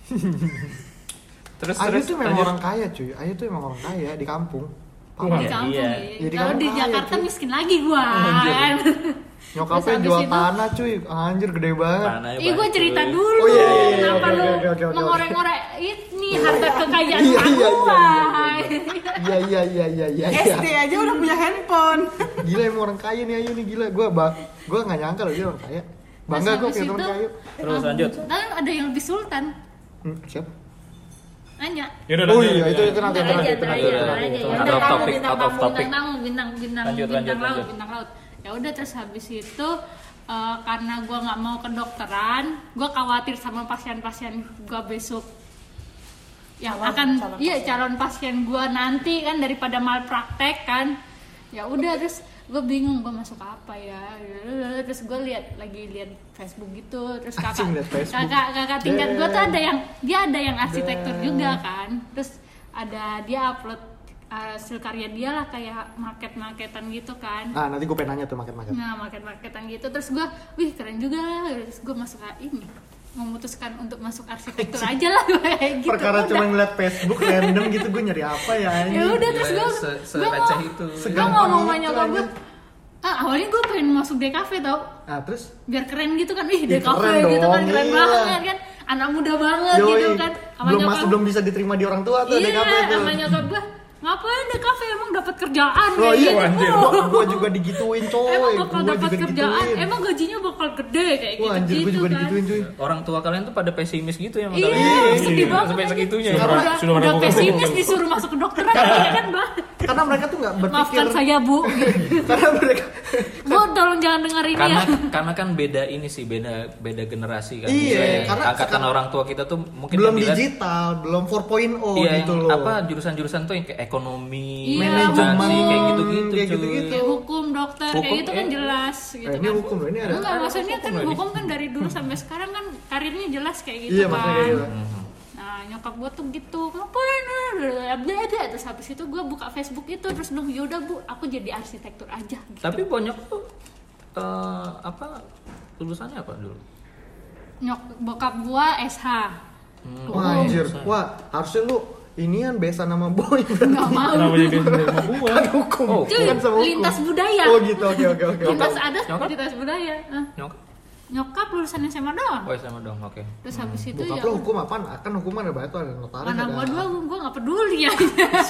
Terus Ayu terus tuh memang lanjut. orang kaya cuy. Ayu tuh emang orang kaya di kampung. Di Iya, kampung iya. ya. Jadi Kalau kamu di kaya, Jakarta cuy. miskin lagi gua. Anjir. kan. Nyokapnya Terus jual habis itu- tanah cuy. Anjir gede banget. Tanahnya Ih, gue banyak, cerita cuy. dulu. Oh, iya, iya, iya, Kenapa oke, lu oke, oke, oke, oke. mengorek-ngorek ini harta kekayaan Iya, aku? iya, iya, wah. Iya iya iya iya iya. S D aja udah punya handphone. Gila emang orang kaya nih Ayu nih gila. Gua ba gua enggak nyangka loh dia orang kaya. Bangga Terus gua habis punya teman itu, kaya. Terus lanjut. Dan ada yang lebih sultan. Hmm, siapa? Nanya. Ya udah Oh lanjut, iya, ya. itu itu nanti Ntar nanti aja, itu ntar nanti. aja, itu ntar nanti, aja. itu Ya Out nanti. udah of tamu, topic, bintang out of tamu, topic. bintang tamu, bintang bintang Lanjut, bintang lanjut, laut, lanjut. bintang laut. Ya udah terus habis itu eh, karena gua nggak mau kedokteran, gua khawatir sama pasien-pasien gua besok yang Calon- akan calon iya pasien. calon pasien gua nanti kan daripada malpraktek kan. Ya udah terus gue bingung gue masuk apa ya, terus gue lihat lagi lihat Facebook gitu, terus kakak Anjing, liat Facebook. kakak kakak tingkat gue tuh ada yang dia ada yang arsitektur juga kan, terus ada dia upload uh, hasil karya dia lah kayak market-marketan gitu kan. Ah, nanti gue pengen nanya tuh market-market. Nah market-marketan gitu, terus gue wih keren juga lah, terus gue masuk ke ini memutuskan untuk masuk arsitektur aja lah kayak gitu. Perkara Udah. cuma ngeliat Facebook random gitu gue nyari apa ya Ya anjing. udah terus Gila, gue se- gue sereceh itu. gue Segampang ngomong sama itu, nyokap gue, anjing. Ah, awalnya gue pengen masuk D K V tau. Nah, terus Biar keren gitu kan. Ih, Ya, D K V keren gitu kan, dong, keren iya. banget kan. Anak muda banget yoi, gitu kan. Sama belum nyokap- masih belum bisa diterima di orang tua tuh Iya, D K V tuh. sama nyokap gue. Ngapain D K V emang dapat kerjaan Oh kayak iya, gitu. anjir. Oh. gua, gua juga digituin coy. Emang bakal Gua dapat juga kerjaan, digituin. emang gajinya bakal gede kayak Wah anjir, gitu-gitu gua juga kan. digituin cuy. Orang tua kalian tuh pada pesimis gitu ya Iya, masalahnya. sedih banget Sampai aja. segitunya. Sudah ya. pernah- Udah, sudah pernah udah buka pesimis buku. disuruh masuk kedokteran ya kan Bang. Karena mereka tuh nggak berpikir. Maafkan saya Bu. Karena mereka Bu tolong jangan dengar ini Karena ya. karena kan beda ini sih, beda beda generasi kan. Iya, Misalnya karena angkatan sekarang orang tua kita tuh mungkin belum yang dilihat- digital, belum empat titik nol Iya, gitu yang loh. apa jurusan-jurusan tuh yang kayak ekonomi, Iya, manajemen, akuntansi, kayak gitu-gitu, kayak cuy. gitu-gitu. Kayak hukum, dokter, Hukum, kayak gitu kan eh. jelas gitu Eh, ini kan. hukum loh, ini ada. Enggak, maksudnya kan hukum loh ini. hukum kan dari dulu sampai sekarang kan karirnya jelas kayak gitu Iya, kan. maksudnya kayak gitu. Nah nyokap gue tuh gitu, ngapain beda terus habis itu gue buka Facebook itu terus dong yaudah Bu, aku jadi arsitektur aja gitu. Tapi banyak tuh eh, apa lulusannya apa dulu? Nyok bokap gue S H. Hmm. Wah anjir, Bisa. wah harusnya lu inian besan nama boy berarti. Nggak mau. Kenapa jadi sama gua? Kan hukum, Oh, Cuy, kan sama hukum. lintas budaya. Oh gitu, oke oke oke. Lintas adat, Nyokap? lintas budaya. Nah, Nyokap? nyokap lulusan S M A doang. Oh, sama dong, oke. Terus habis itu Bokap ya lo hukum apaan? Kan hukuman ada banyak tuh, ada notaris mana ada. gua dua gua nggak peduli ya.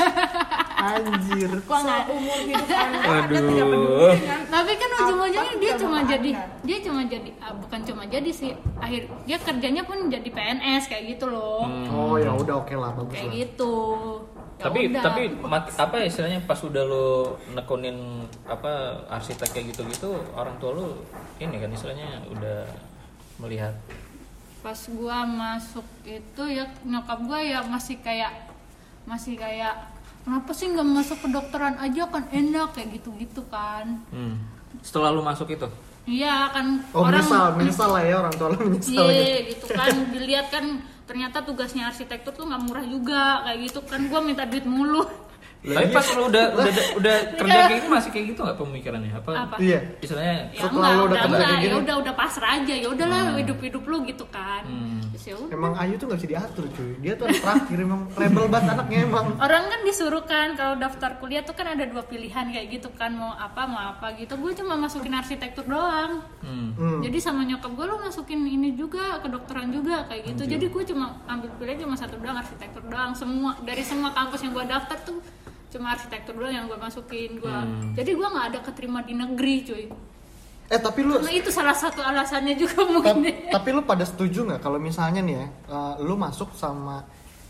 Anjir. Gua nggak. Umur hidup anda anda Aduh. tidak peduli dengan Tapi kan ujung-ujungnya Apa dia yang cuma memaafkan? jadi dia cuma jadi ah, bukan cuma jadi sih akhir dia kerjanya pun jadi P N S kayak gitu loh. Oh ya udah oke lah, bagus Kayak lah. gitu. Ya Tapi udah. tapi mak- apa istilahnya pas udah lo nekunin apa arsitek kayak gitu-gitu, orang tua lo ini kan istilahnya udah melihat. Pas gua masuk itu ya nyokap gua ya masih kayak masih kayak kenapa sih nggak masuk kedokteran aja kan enak kayak gitu-gitu kan. Hmm. Setelah lo masuk itu, Iya kan Oh menyesal, menyesal lah ya orang tua lo menyesal gitu. Iya gitu kan dilihat kan ternyata tugasnya arsitektur tuh nggak murah juga kayak gitu kan gua minta duit mulu. tapi pas lo udah udah udah kerja kayak gitu masih kayak gitu nggak pemikirannya? Apa? Apa? Iya. Istilahnya Ya Setelah enggak, lu udah udah kerja enggak, kayak ya gini. udah udah pasrah aja ya udahlah hidup-hidup lu gitu kan. Hmm. Terus ya udah. Emang Ayu tuh gak bisa diatur cuy. Dia tuh anak terakhir emang rebel banget anaknya emang. Orang kan disuruh kan kalau daftar kuliah tuh kan ada dua pilihan kayak gitu kan mau apa mau apa gitu. Gue cuma masukin arsitektur doang. hmm. Hmm. Jadi sama nyokap gue lo masukin ini juga kedokteran juga kayak gitu. Jadi gue cuma ambil pilihan cuma satu doang arsitektur doang. Semua dari semua kampus yang gue daftar tuh cuma arsitektur doang yang gue masukin gue. Hmm. Jadi gue nggak ada keterima di negeri cuy. Eh tapi lu Karena itu salah satu alasannya juga ta- mungkin. tapi lu pada setuju nggak kalau misalnya nih ya, eh, lu masuk sama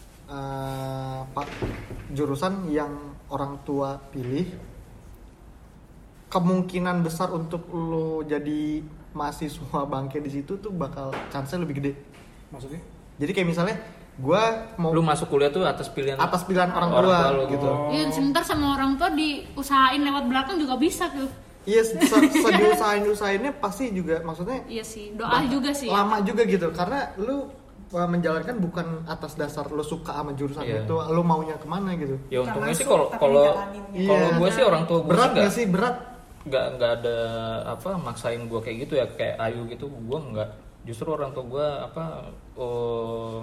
eh, pak jurusan yang orang tua pilih, kemungkinan besar untuk lu jadi mahasiswa bangke di situ tuh bakal chance lebih gede. Maksudnya? Jadi kayak misalnya gua mau Lu masuk kuliah tuh atas pilihan atas pilihan orang, Orang tua, tua lu. gitu. Iya, sebentar sama orang tua diusahain lewat belakang juga bisa tuh. Iya, se- se- sediusahain-usahainnya pasti juga maksudnya Iya sih, doa juga sih. lama juga gitu karena lu uh, menjalankan bukan atas dasar lu suka sama jurusan Iya. itu, lu maunya kemana gitu. Ya untungnya Bukan sih masuk, kalau tapi kalau ngejalaninnya. kalau Iya. gue sih orang tua gue Berat sih nggak nggak sih berat? nggak nggak ada apa maksain gue kayak gitu ya kayak Ayu gitu gue nggak justru orang tua gue apa oh,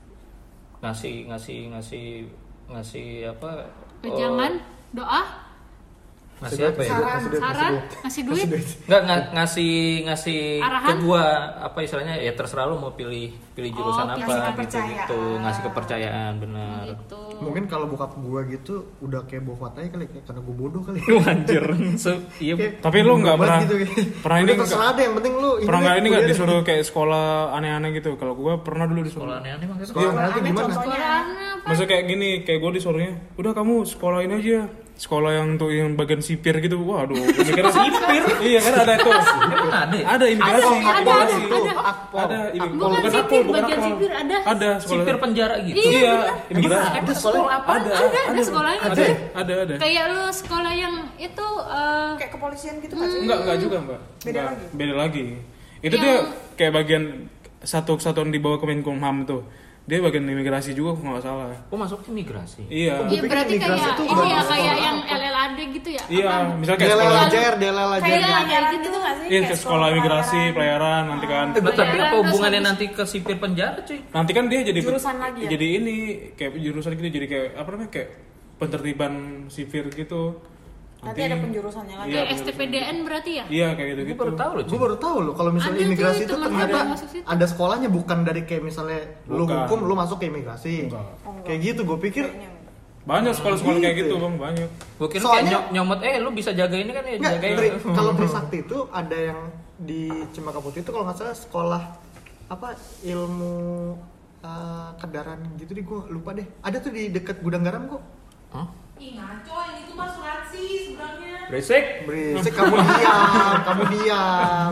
ngasih ngasih ngasih ngasih apa oh, Jangan doa, ngasih apa ya Saran. Ngasih duit, saran, ngasih ngasih duit. nggak nga- ngasih ngasih ke Arahan? gue apa istilahnya ya terserah lu mau pilih pilih jurusan Oh, apa ngasih gitu kepercayaan. gitu ngasih kepercayaan benar. Gitu. Mungkin kalau bokap gua gitu udah kayak bofat aja kali kayak karena gua bodoh kali. Anjir. So, iya. Kayak Tapi lu nggak banget pernah- gitu, kayak. pernah ini Udah nggak- terserah deh yang penting lu Pernah nggak ini nggak kuliah disuruh kayak sekolah aneh-aneh gitu? Kalau gua pernah dulu disuruh. Sekolah aneh-aneh maksudnya. Sekolah Iya. aneh tuh Aneh gimana? contohnya. Sekolahnya apa? Maksudnya kayak gini, kayak gue disuruhnya, udah kamu sekolahin aja sekolah yang untuk yang bagian sipir gitu. Waduh, mikirnya sipir. Iya kan ada itu. Emang ada ya? Ada imigrasi, Ada, ada, imigrasi. ada, ada. Akpol. Ada, imi- Bukan bukan sipir, akpol, bukan bagian akpol. sipir ada. Ada sekolah. Sipir penjara gitu. Iya, Iya, bener. imigrasi. Ada sekolah apa? Ada, Ada, ada sekolahnya. Ada, ada, ada. Kayak lu sekolah yang itu eh, Kayak kepolisian gitu kan sih? Enggak, enggak juga, Mbak. Beda Enggak, lagi? Beda lagi. Itu Yang- dia kayak bagian satu kesatuan di bawah Kemenkumham tuh. Dia bagian imigrasi juga kalau nggak salah. Oh masuk imigrasi. Iya. Gua iya pikir berarti imigrasi kayak tuh ini bagus ya kayak sekolah yang apa? L L A D gitu ya. Iya, Apa? misalnya kayak Delel sekolah. ajar, delel ajar. Kayak- Pelajaran gitu. gitu nggak sih? Iya, Kayak ke sekolah imigrasi, pelajaran. pelayaran nanti kan. Eh, tapi Bayaran apa terus hubungannya habis- nanti ke sipir penjara cuy? Nanti kan dia jadi Jurusan lagi ya? Jadi ini kayak jurusan gitu, jadi kayak apa namanya kayak penertiban sipir gitu. Nanti ada penjurusannya lagi. Iya, Kayak S T P D N berarti ya? Iya kayak gitu Gue gitu. baru tahu loh. Gue cuy. baru tahu loh kalau misalnya Ada tuh, imigrasi itu temen ternyata gue masuk situ. ada sekolahnya, bukan dari kayak misalnya lu Bukan. hukum lu masuk ke imigrasi. Enggak. Oh, enggak. Kayak gitu gue pikir. Kayaknya enggak. Banyak sekolah-sekolah kayak Gitu gitu ya? bang, banyak. Gue kira Soalnya- kayak nyom- nyomot, eh lu bisa jaga ini kan ya, Enggak, jagain. Tri- kalau Trisakti itu ada yang di Cempaka Putih itu kalau nggak salah sekolah apa ilmu uh, kedaran gitu deh, gue lupa deh. Ada tuh di dekat Gudang Garam kok. Hah? Ih ngaco, ini tuh mah asuransi sebenarnya. Berisik. Berisik, kamu diam, kamu diam,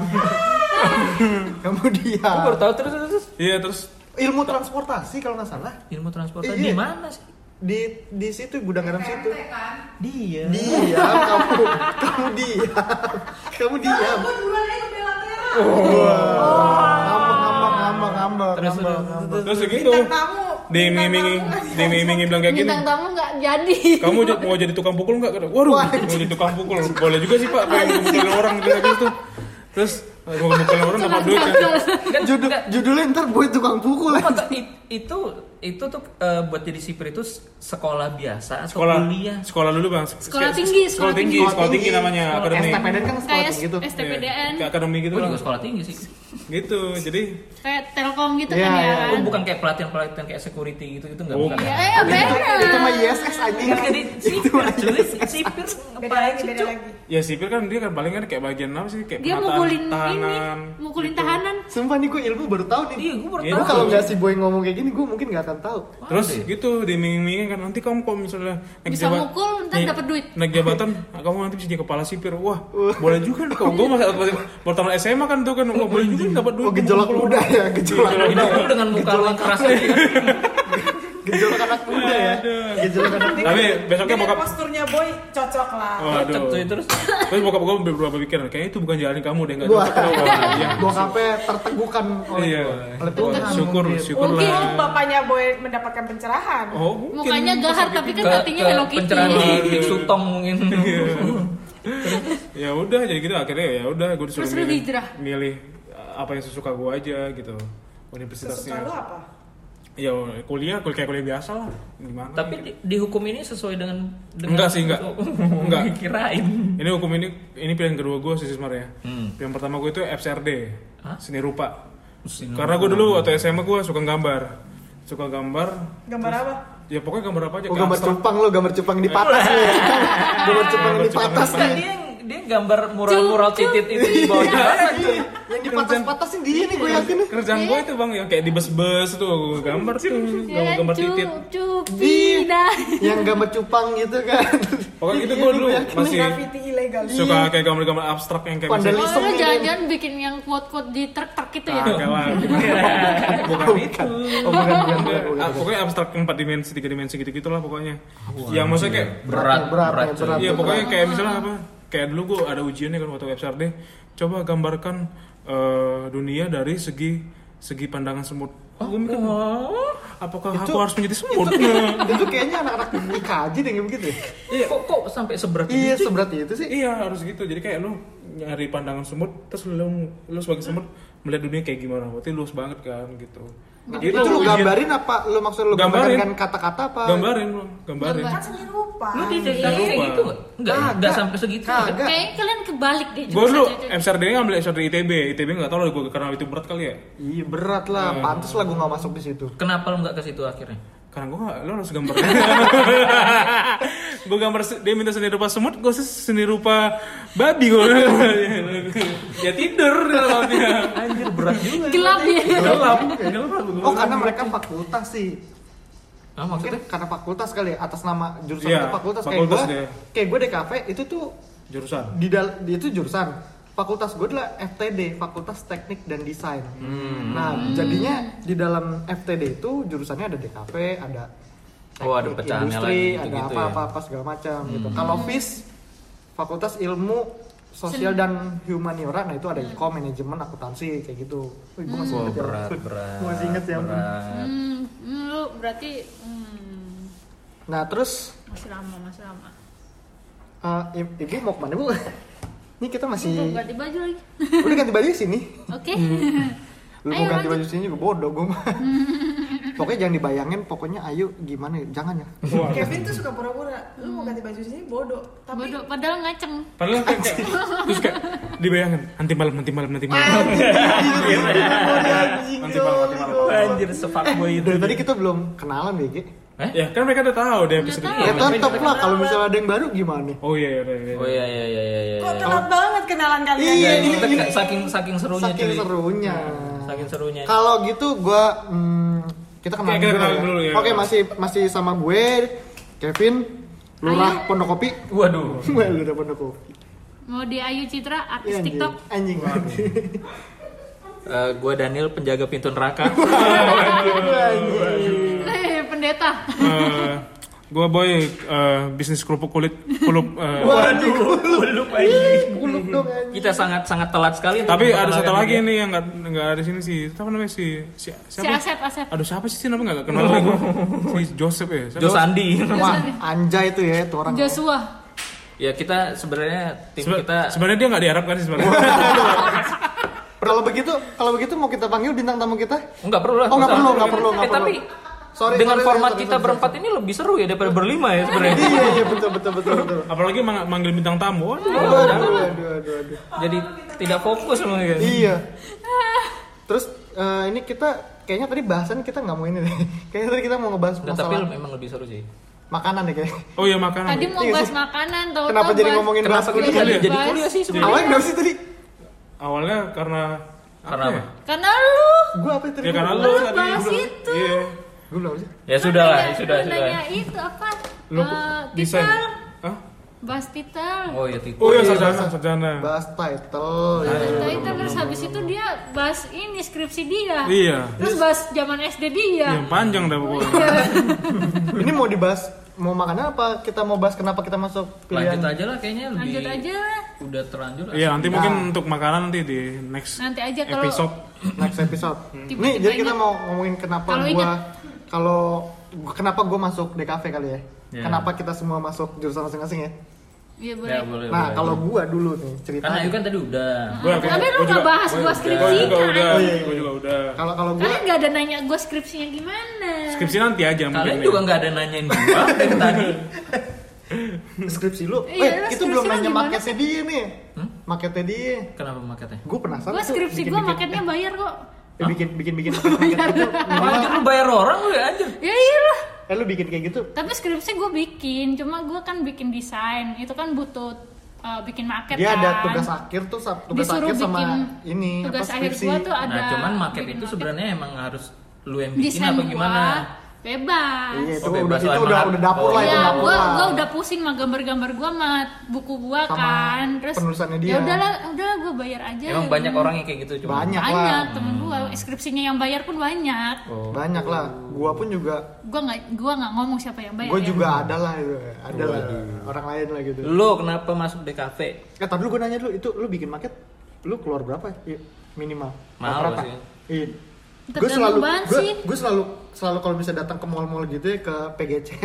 kamu Gue diam. baru tahu terus terus. terus. Iya terus Ilmu transportasi kalau nggak salah Ilmu transportasi Iya. di mana sih? di di situ Gudang Garam situ. kan? Dia. Diam, kamu, kamu diam, kamu diam. Gue duluan aja ke Bella Tera. Ngambek, ngambek, ngambek, ngambek, Terus, ngambek, terus, ngambek. terus gitu. Bintang tamu. Dia iming-imingi, dia iming-imingi bilang kayak gini. Bintang tamu nggak jadi. Kamu j- mau jadi tukang pukul nggak? Waduh, Wah. mau jadi tukang pukul. Boleh juga sih pak, pengen mukulin orang gitu gitu. Terus mau mukulin orang dapat duit kan? Judul, judulnya ntar boy tukang pukul ya. Apa, it- itu itu tuh eh, buat jadi sipir itu sekolah biasa atau Sekolah, kuliah? sekolah dulu bang. Sekolah tinggi, sekolah sekolah tinggi, tinggi. sekolah tinggi namanya Sekolah akademi. S T P D N kan sekolah Kayak tinggi gitu. S T P D N. Kayak akademi gitu Gue lah. juga sekolah tinggi sih. Gitu, jadi Kayak Telkom gitu Iya, kan ya iya. kan? Oh, bukan kayak pelatihan-pelatihan kayak security gitu gitu nggak Oh, bukan. Ya, Ya? ya beda. Itu mah I S S anjing. Nggak jadi sipir, cuy. Sipir Beda ngapain lagi, sih, beda cuy? lagi. ya sipir kan dia kan paling kan kayak bagian apa sih kayak Dia penataan mukulin tahanan. ini, mukulin gitu. tahanan. Sumpah nih gue ilmu baru tahu nih. Iya, gue baru Iya, Gue tahu. kalau nggak si boy ngomong kayak gini gue mungkin nggak akan tahu. Terus Ada ya? gitu diiming-imingin kan nanti kamu kalau misalnya naik Bisa jabat- mukul, ntar naik- dapat duit. Naik jabatan, ah, kamu nanti bisa jadi kepala sipir. Wah, boleh juga kalau gue masih pertama S M A kan tuh kan, wah, boleh juga dapat duit. Oh gejolak mukul muda orang. ya, gejolak Gejolak muda. Lu dengan muka lu yang keras kayak gitu. Gejolak anak muda ya. Gejolak anak muda. Tapi besoknya Dengan bokap posturnya boy cocok lah. Waduh. Cocok, cuy, terus. Terus bokap gue beberapa pikiran, kayaknya itu bukan jalan kamu deh, nggak Wah, cocok. Wah, iya. bokapnya terteguhkan oleh Iya. oleh Tuhan. Syukur, mungkin. syukur Mungkin lah. bapaknya boy mendapatkan pencerahan. Oh, mungkin. Mukanya gahar tapi kan Ke, hatinya ke Hello Kitty. pencerahan di Biksu Tong mungkin. Ya udah, jadi gitu akhirnya ya udah gue disuruh Terus lu milih, hijrah? milih apa yang sesuka gue aja gitu. Sesuka Universitasnya. lu apa? Ya kuliah, kuliah kayak kuliah biasa lah. Gimana? Tapi di, di hukum ini sesuai dengan, dengan Enggak sih, enggak. Enggak. Kirain. Ini hukum ini ini pilihan kedua gue sih sebenarnya. Hmm. Yang pertama gue itu F C R D, Hah? seni rupa. Seni Karena gue dulu waktu S M A gue suka gambar, suka gambar. Gambar apa? Ya pokoknya gambar apa aja. Oh kayak gambar abstrak. cupang lo, gambar cupang di patas nih. Gambar cupang Gambar di cupang patas di Kan nih. dia dia gambar mural-mural titit itu di bawah jalanan. cuy. Yang di patas-patasin dia nih gue yakin. Kerjaan gue itu bang, yang kayak di bus-bus tuh gue gambar tuh, Ya kan, gambar cup, titit. cupi dah. Yang gambar cupang gitu kan. Pokoknya gitu Iya, gue nih, dulu gue yakin. masih Graffiti ilegal. suka kayak gambar-gambar abstrak yang kayak Vandalisme. misalnya- Oh, lu jangan-jangan bikin yang quote-quote di truk-truk itu ya? Kagak lah. Bukan itu. Oh bukan, bukan, bukan, bukan. Ah, pokoknya abstrak empat dimensi, tiga dimensi gitu-gitu lah pokoknya. Yang maksudnya kayak berat, berat, berat, berat, cuy. berat. iya pokoknya kayak misalnya apa? Kayak dulu gue ada ujiannya kan waktu F C R D. Coba gambarkan eh, dunia dari segi segi pandangan semut. Gue mikir, apakah aku harus menjadi semut? Nah, Itu kayaknya anak-anak I K J deh yang begitu ya. Iya, kok kok sampai seberat Iya itu? seberat itu sih. iya harus gitu. Jadi kayak lu nyari pandangan semut, terus lu lu sebagai semut melihat dunia kayak gimana? Berarti luas banget kan gitu. Itu lu ujian- gambarin apa? Lu maksud lu Gambarin. gambarkan kata-kata apa? Gambarin lu, gambarin. Kan seni rupa. Lu di Seni kayak rupa. gitu nggak? Enggak, Kagak. enggak sampai segitu. Kagak. Kayaknya kalian kebalik deh. Gue dulu jurusannya itu. F C R D nya ambil F C R D I T B, I T B nggak tahu lah gue karena itu berat kali ya. Iya berat lah, pantas lah gue gak masuk di situ. Kenapa lu nggak ke situ akhirnya? Karena gue nggak, lo harus gambar. Gue gambar se- dia minta seni rupa semut, gue seni rupa babi gue. Ya tidur dalamnya. Anjir berat juga. Gelap ya. Gelap, gelap. Oh karena mereka fakultas sih. Ah, Mungkin maksudnya? karena fakultas kali ya, atas nama jurusan Iya, itu fakultas. fakultas kayak dia. gue, kayak gue D K V itu tuh Jurusan. di dal di itu jurusan. Fakultas gue adalah F T D, Fakultas Teknik dan Desain. Hmm. Nah, jadinya di dalam F T D itu jurusannya ada D K V, ada Oh, ada teknik pecahannya industri, lagi ada gitu-gitu apa-apa ya. apa segala macam gitu. Kalau F I S, Fakultas Ilmu Sosial dan Humaniora, nah itu ada Econ, manajemen, akuntansi kayak gitu. Wih, gue masih Wah, inget ya. berat, berat. Gue masih inget ya. ampun. Berat. Hmm, hmm, lu berarti hmm, Nah, terus masih lama, masih lama. uh, ibu mau kemana bu? Ini kita masih Belum ganti baju lagi. udah ganti baju sini. Oke. Lu Ayo, mau ganti lanjut. baju sini juga bodoh gue mah. Pokoknya jangan dibayangin, pokoknya ayo gimana ya, jangan ya. Kevin tuh suka pura-pura, lu mau ganti baju sini bodoh, tapi Bodoh, padahal ngaceng. Padahal kan kayak, terus kayak dibayangin nanti malam nanti malam nanti malam. Nanti Anjir sefuckboy itu. Dari tadi kita belum kenalan ya, Ki. Eh? Ya kan mereka udah tahu deh episode Udah ini. Ya tetep lah kalau misalnya ada yang baru gimana? Oh iya iya iya. Oh iya iya iya iya. iya. kok telat banget kenalan kalian. Iya, Ya, ini- kita ini- kayak saking saking serunya Saking cuy. serunya. Saking serunya. Kalau gitu gue hmm, kita kenal Oke, kita dulu, kenal ya. dulu ya. Oke, masih masih sama gue Kevin, Lurah Pondok Kopi. Waduh. Gue Lurah Pondok Kopi. Mau di Ayu Citra, artis Iya, TikTok. Anjing. Anjing. Eh, gua Daniel penjaga pintu neraka. Eh, pendeta. Eh, gua boy eh, bisnis kerupuk kulit kulup. eh, Waduh, Belum aja. kuluk dong anjing. Kita sangat sangat telat sekali. Tapi untuk ada satu memperkenalkan lagi dia. nih yang nggak nggak ada sini sih. Apa namanya si si Si siapa? Asep, Asep. Aduh siapa sih nama nggak kenal lagi gua. Si Joseph ya. Siapa? Jo Sandi. Wah, anjay itu ya, itu orang. Joshua. Ya kita sebenarnya tim Sebe- kita sebenarnya dia nggak diharapkan sih sebenarnya. Kalau begitu, kalau begitu mau kita panggil bintang tamu kita? enggak perlu lah. Oh, nggak usah. perlu, nggak perlu, nggak Eh, perlu. tapi Sorry, dengan sorry, format sorry, kita sorry, berempat sorry. ini lebih seru ya daripada berlima ya sebenarnya. Iya, iya, betul, betul, betul, betul. Apalagi mang- manggil bintang tamu. Waduh. Aduh, aduh, aduh, aduh, aduh. Jadi tidak fokus loh ya. Iya. Terus eh, ini kita kayaknya tadi bahasan kita nggak mau ini deh. Kayaknya tadi kita mau ngebahas Nggak, tapi masalah memang lebih seru sih. makanan deh kayaknya. Oh iya makanan. Tadi mau Iya bahas sih. makanan, tau Kenapa jadi ngomongin bahas Kenapa kita kuliah? jadi, Iya, jadi bahas. kuliah sih sebenarnya? Awalnya kenapa sih tadi? Awalnya karena Karena apa apa? ya? Karena lu. Gua apa tadi? Ya karena Gua- lu Lu tadi. bahas Gua- itu. Iya. Gua belum sih. Ya sudah lah, Nanya- sudah nanya sudah. itu apa? Lu Eh, desain. titel. Hah? Bahas titel. Oh ya tipe. Oh iya iya, sarjana, bahas- sarjana. Bahas title. ya. Bahas titel, terus habis itu dia bahas ini skripsi dia. Iya. Terus bahas zaman S D dia. Yang panjang dah pokoknya. Ini mau dibahas mau makan apa? Kita mau bahas kenapa kita masuk pilihan? Lanjut aja lah kayaknya lebih. Lanjut aja lah. Udah terlanjur. Iya, nanti mungkin Nah. untuk makanan nanti di next Nanti aja kalau episode. Next episode. Tiba-tiba Nih, jadi kita ingat. mau ngomongin kenapa Kalau gua ingat. kalau kenapa gua masuk D K V kali ya? Ya. Kenapa kita semua masuk jurusan masing-masing ya? Iya boleh. Ya boleh. Nah, boleh. kalau gua dulu nih cerita. Karena Ayu kan tadi udah. Gua, gua, Tapi lu gua nggak juga- bahas gua Gua skripsi juga kan? udah, Oh, iya, iya. gua juga udah. Kalau kalau gua Kalian nggak ada nanya gue skripsinya gimana? Skripsi nanti aja mungkin. Kalian ya. juga nggak ada nanyain gua dari tadi. skripsi lu, Iya, eh lu itu skripsi belum lu nanya gimana marketnya dia nih. Hmm? Marketnya dia. Kenapa makanya? Gue penasaran. Gue tuh skripsi bikin- gue bikin- marketnya bayar kok. Eh, bikin bikin bikin market gitu. Anjir lu bayar orang lu ya anjir. Ya iyalah. Eh lu bikin kayak gitu. Tapi skripsi gue bikin, cuma gue kan bikin desain. Itu kan butuh uh, bikin market Dia kan. ada tugas akhir tuh sa- tugas Disuruh akhir sama bikin ini tugas apa akhir skripsi. gue tuh ada. Nah, cuman market bikin itu market. sebenarnya emang harus lu yang bikin desain apa gua gimana? bebas. Iya, itu Oh, bebas udah lah, itu emang udah har- udah dapur lah itu Iya, dapur gua lah. gua udah pusing sama gambar-gambar gua sama buku gua Sama kan. Terus penulisannya dia. ya udahlah, udahlah gua bayar aja. Emang banyak orang yang kayak gitu cuma. Banyak lah. Banyak temen gua, skripsinya yang bayar pun banyak. Oh. Banyak lah. Gua pun juga Gua nggak gua nggak ngomong siapa yang bayar. gue ya. juga ada lah itu. Ada lah orang lain lah gitu. Lu kenapa masuk D K V? Eh, tadi dulu gue nanya dulu, itu lu bikin market, lu keluar berapa ya? Minimal. Mahal Rata-rata. sih. Iya. Gue Tergantung selalu, bahan gue, sih. gue selalu, selalu kalau bisa datang ke mall-mall gitu ya ke P G C.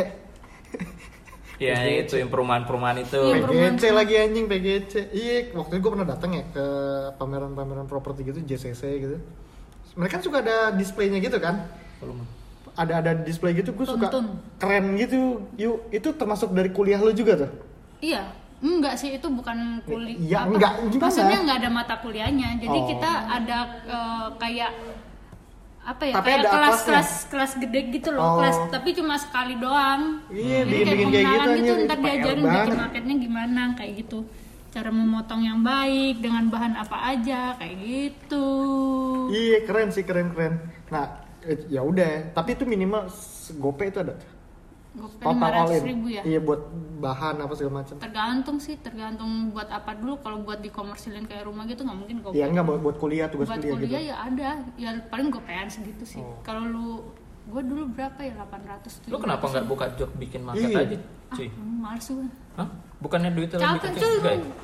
Ya itu yang perumahan-perumahan itu. Iya. P G C lagi anjing P G C. Iya, waktu itu gue pernah datang ya ke pameran-pameran properti gitu, J C C gitu. Mereka kan suka ada displaynya gitu kan? Ada ada display gitu, gue suka Tonton. keren gitu. Yuk, itu termasuk dari kuliah lu juga tuh? Iya. Enggak sih, itu bukan kuliah. Iya, enggak. Gimana? Maksudnya enggak ada mata kuliahnya. Jadi Oh. kita ada eh, kayak apa ya? Tapi kayak ada kelas kelasnya? kelas kelas gede gitu loh, Oh. kelas tapi cuma sekali doang. Iya, Jadi bikin-bikin kayak gitu pengenalan anjir. ntar Itu P R diajarin banget. bikin marketnya gimana kayak gitu. Cara memotong yang baik dengan bahan apa aja kayak gitu. Iya, keren sih, keren-keren. Nah, eh, ya udah, tapi itu minimal gope itu ada. Gopay Total lima all ratus in. ribu ya. Iya, buat bahan apa segala macam. Tergantung sih, tergantung buat apa dulu. Kalau buat dikomersilin kayak rumah gitu nggak mungkin gopay. Iya, enggak buat, buat kuliah, tugas buat kuliah, kuliah gitu. ya ada, ya paling gopean segitu sih. Oh. Kalau lu, gue dulu berapa ya delapan ratus. Lu kenapa nggak buka job bikin market Iya. aja, cuy? Ah, males gue. Hah? Bukannya duitnya lebih Capek kecil cuy. juga ya?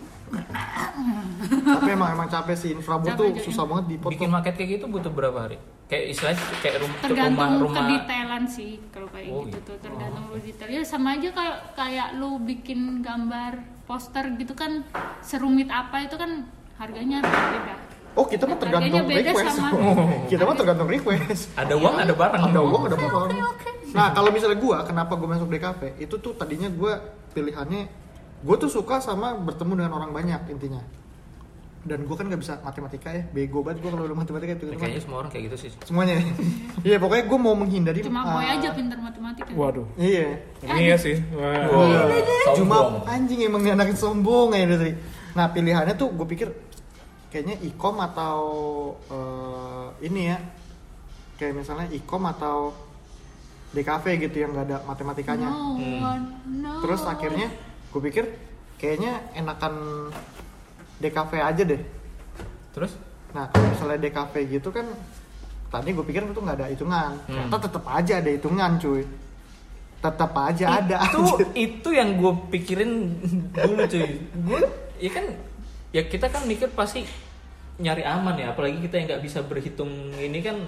Tapi emang emang capek sih, infrabook Capek, tuh cuy. susah banget Bikin dipotong. market kayak gitu butuh berapa hari? Kayak istilahnya kayak rum- rumah Tergantung rumah. kedetailan sih kalau kayak Oh, gitu gitu. tuh. Tergantung lu detail. Ya sama aja kayak kayak lu bikin gambar poster gitu kan, serumit apa itu kan harganya beda. Oh kita mah tergantung Harganya beda request. sama- Oh, kita mah tergantung request. Ada uang ada barang. Ada uang ada apa? Oke, oke. Nah kalau misalnya gue, kenapa gue masuk D K V? Itu tuh tadinya gue pilihannya, gue tuh suka sama bertemu dengan orang banyak intinya. Dan gue kan nggak bisa matematika ya, bego banget gue kalau udah matematika itu. Kayaknya semua orang kayak gitu sih. Semuanya. Iya pokoknya gue mau menghindari. Cuma ah, Boy aja pintar matematika. Waduh. Iya. Ini ya sih. Wah. Wow. Cuma Sombong. anjing emang nih anak sombong ya dari. Nah pilihannya tuh gue pikir kayaknya ikom atau uh, ini ya, kayak misalnya ikom atau D K V gitu yang nggak ada matematikanya. No, Hmm. no. Terus akhirnya gue pikir kayaknya enakan D K V aja deh. Terus? Nah kalau misalnya D K V gitu kan, tadi gue pikir itu nggak ada hitungan. Ternyata tetap aja ada hitungan cuy. Tetap aja ada. Itu anjir. itu yang gue pikirin dulu cuy. Gue ya kan ya kita kan mikir pasti nyari aman ya, apalagi kita yang nggak bisa berhitung ini kan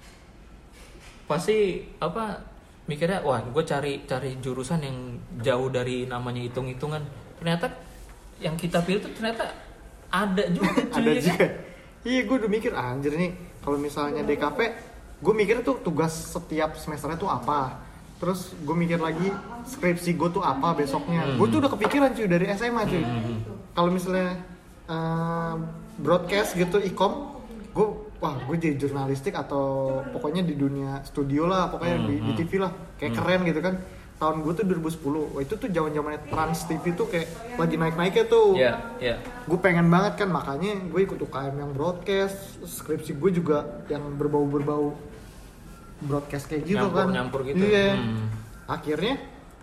pasti apa mikirnya wah gue cari cari jurusan yang jauh dari namanya hitung-hitungan. Ternyata yang kita pilih tuh ternyata ada juga cuy. Ada ya juga. kan? Iya gue udah mikir anjir nih kalau misalnya D K V, gue mikir tuh tugas setiap semesternya tuh apa. Terus gue mikir lagi skripsi gue tuh apa besoknya. Hmm. Gue tuh udah kepikiran cuy dari S M A cuy. Kalau misalnya uh, broadcast gitu ikom, gue wah gue jadi jurnalistik atau pokoknya di dunia studio lah, pokoknya di, di T V lah, kayak keren gitu kan. Tahun gue tuh dua ribu sepuluh, wah itu tuh zaman-zamannya Trans T V tuh kayak lagi naik-naiknya tuh. Iya, iya. Gue pengen banget kan, makanya gue ikut U K M yang broadcast. Skripsi gue juga yang berbau-berbau broadcast kayak gitu kan. Nyampur-nyampur gitu. Iya. Hmm. Akhirnya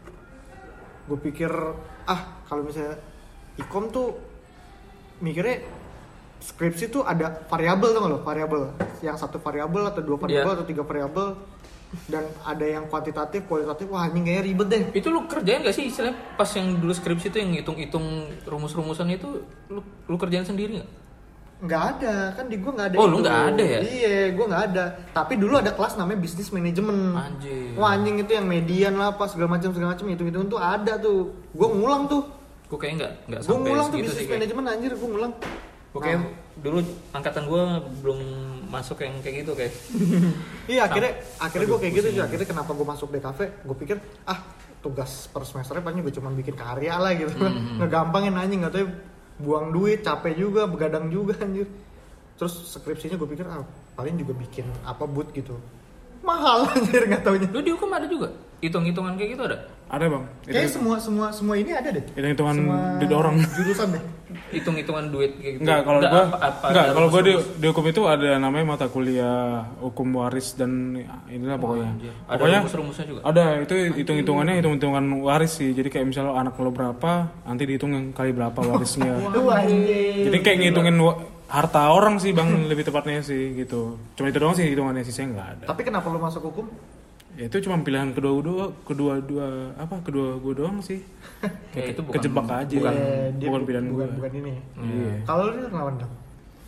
gue pikir ah kalau misalnya ikom tuh mikirnya skripsi tuh ada variabel tuh nggak lo, variabel yang satu variabel atau dua variabel Iya. atau tiga variabel, dan ada yang kuantitatif, kualitatif. Wah anjing kayaknya ribet deh. Itu lu kerjain gak sih istilahnya pas yang dulu skripsi itu yang hitung-hitung rumus-rumusan itu lu, lu kerjain sendiri gak? Nggak ada, kan di gue nggak ada. Oh, lu itu. nggak ada ya? Iya, gue nggak ada. Tapi dulu ada kelas namanya bisnis manajemen. Anjir. Wah anjing itu yang median lah, pas segala macam segala macam itu itu tuh ada tuh. Gue ngulang tuh. Gue kayaknya gak, gak Gue sampai ngulang tuh segitu bisnis sih kayak. manajemen anjir, gue ngulang. Gue kayak dulu angkatan gue belum masuk yang kayak gitu kayak. Iya akhirnya akhirnya gue Aduh, kayak gitu pusing. sih. Akhirnya kenapa gue masuk D K V? Gue pikir ah tugas per semesternya paling gue cuma bikin karya lah gitu. Hmm. Ngegampangin anjing, nggak tahu buang duit, capek juga, begadang juga anjir. Terus skripsinya gue pikir ah paling juga bikin apa boot gitu. Mahal anjir nggak taunya. Lu di hukum ada juga? Hitung-hitungan kayak gitu ada? Ada bang. Kayaknya semua semua semua ini ada deh. Hitung-hitungan Semua duit orang. Jurusan deh. Hitung-hitungan duit kayak gitu? Enggak, kalau Nggak, gua apa- apa enggak, ada kalau gua di, rumus-rumus? di hukum itu ada namanya mata kuliah hukum waris dan ya, inilah pokoknya. anjir. Ada Pokoknya rumus-rumusnya juga? Ada, itu hitung-hitungannya hitung-hitungan waris sih. Jadi kayak misalnya anak lo berapa, nanti dihitung yang kali berapa warisnya. Wah anjir. Jadi kayak ngitungin wa- harta orang sih bang, lebih tepatnya sih gitu. Cuma itu doang sih hitungannya, sisanya nggak ada. Tapi kenapa lo masuk hukum? Ya, itu cuma pilihan kedua dua kedua dua apa kedua gua doang sih. Ya, itu bukan, Kejebak aja. bukan, Eh, dia bukan bu- pilihan bukan, gua. bukan ini. Iya. Kalau lu lawan dong.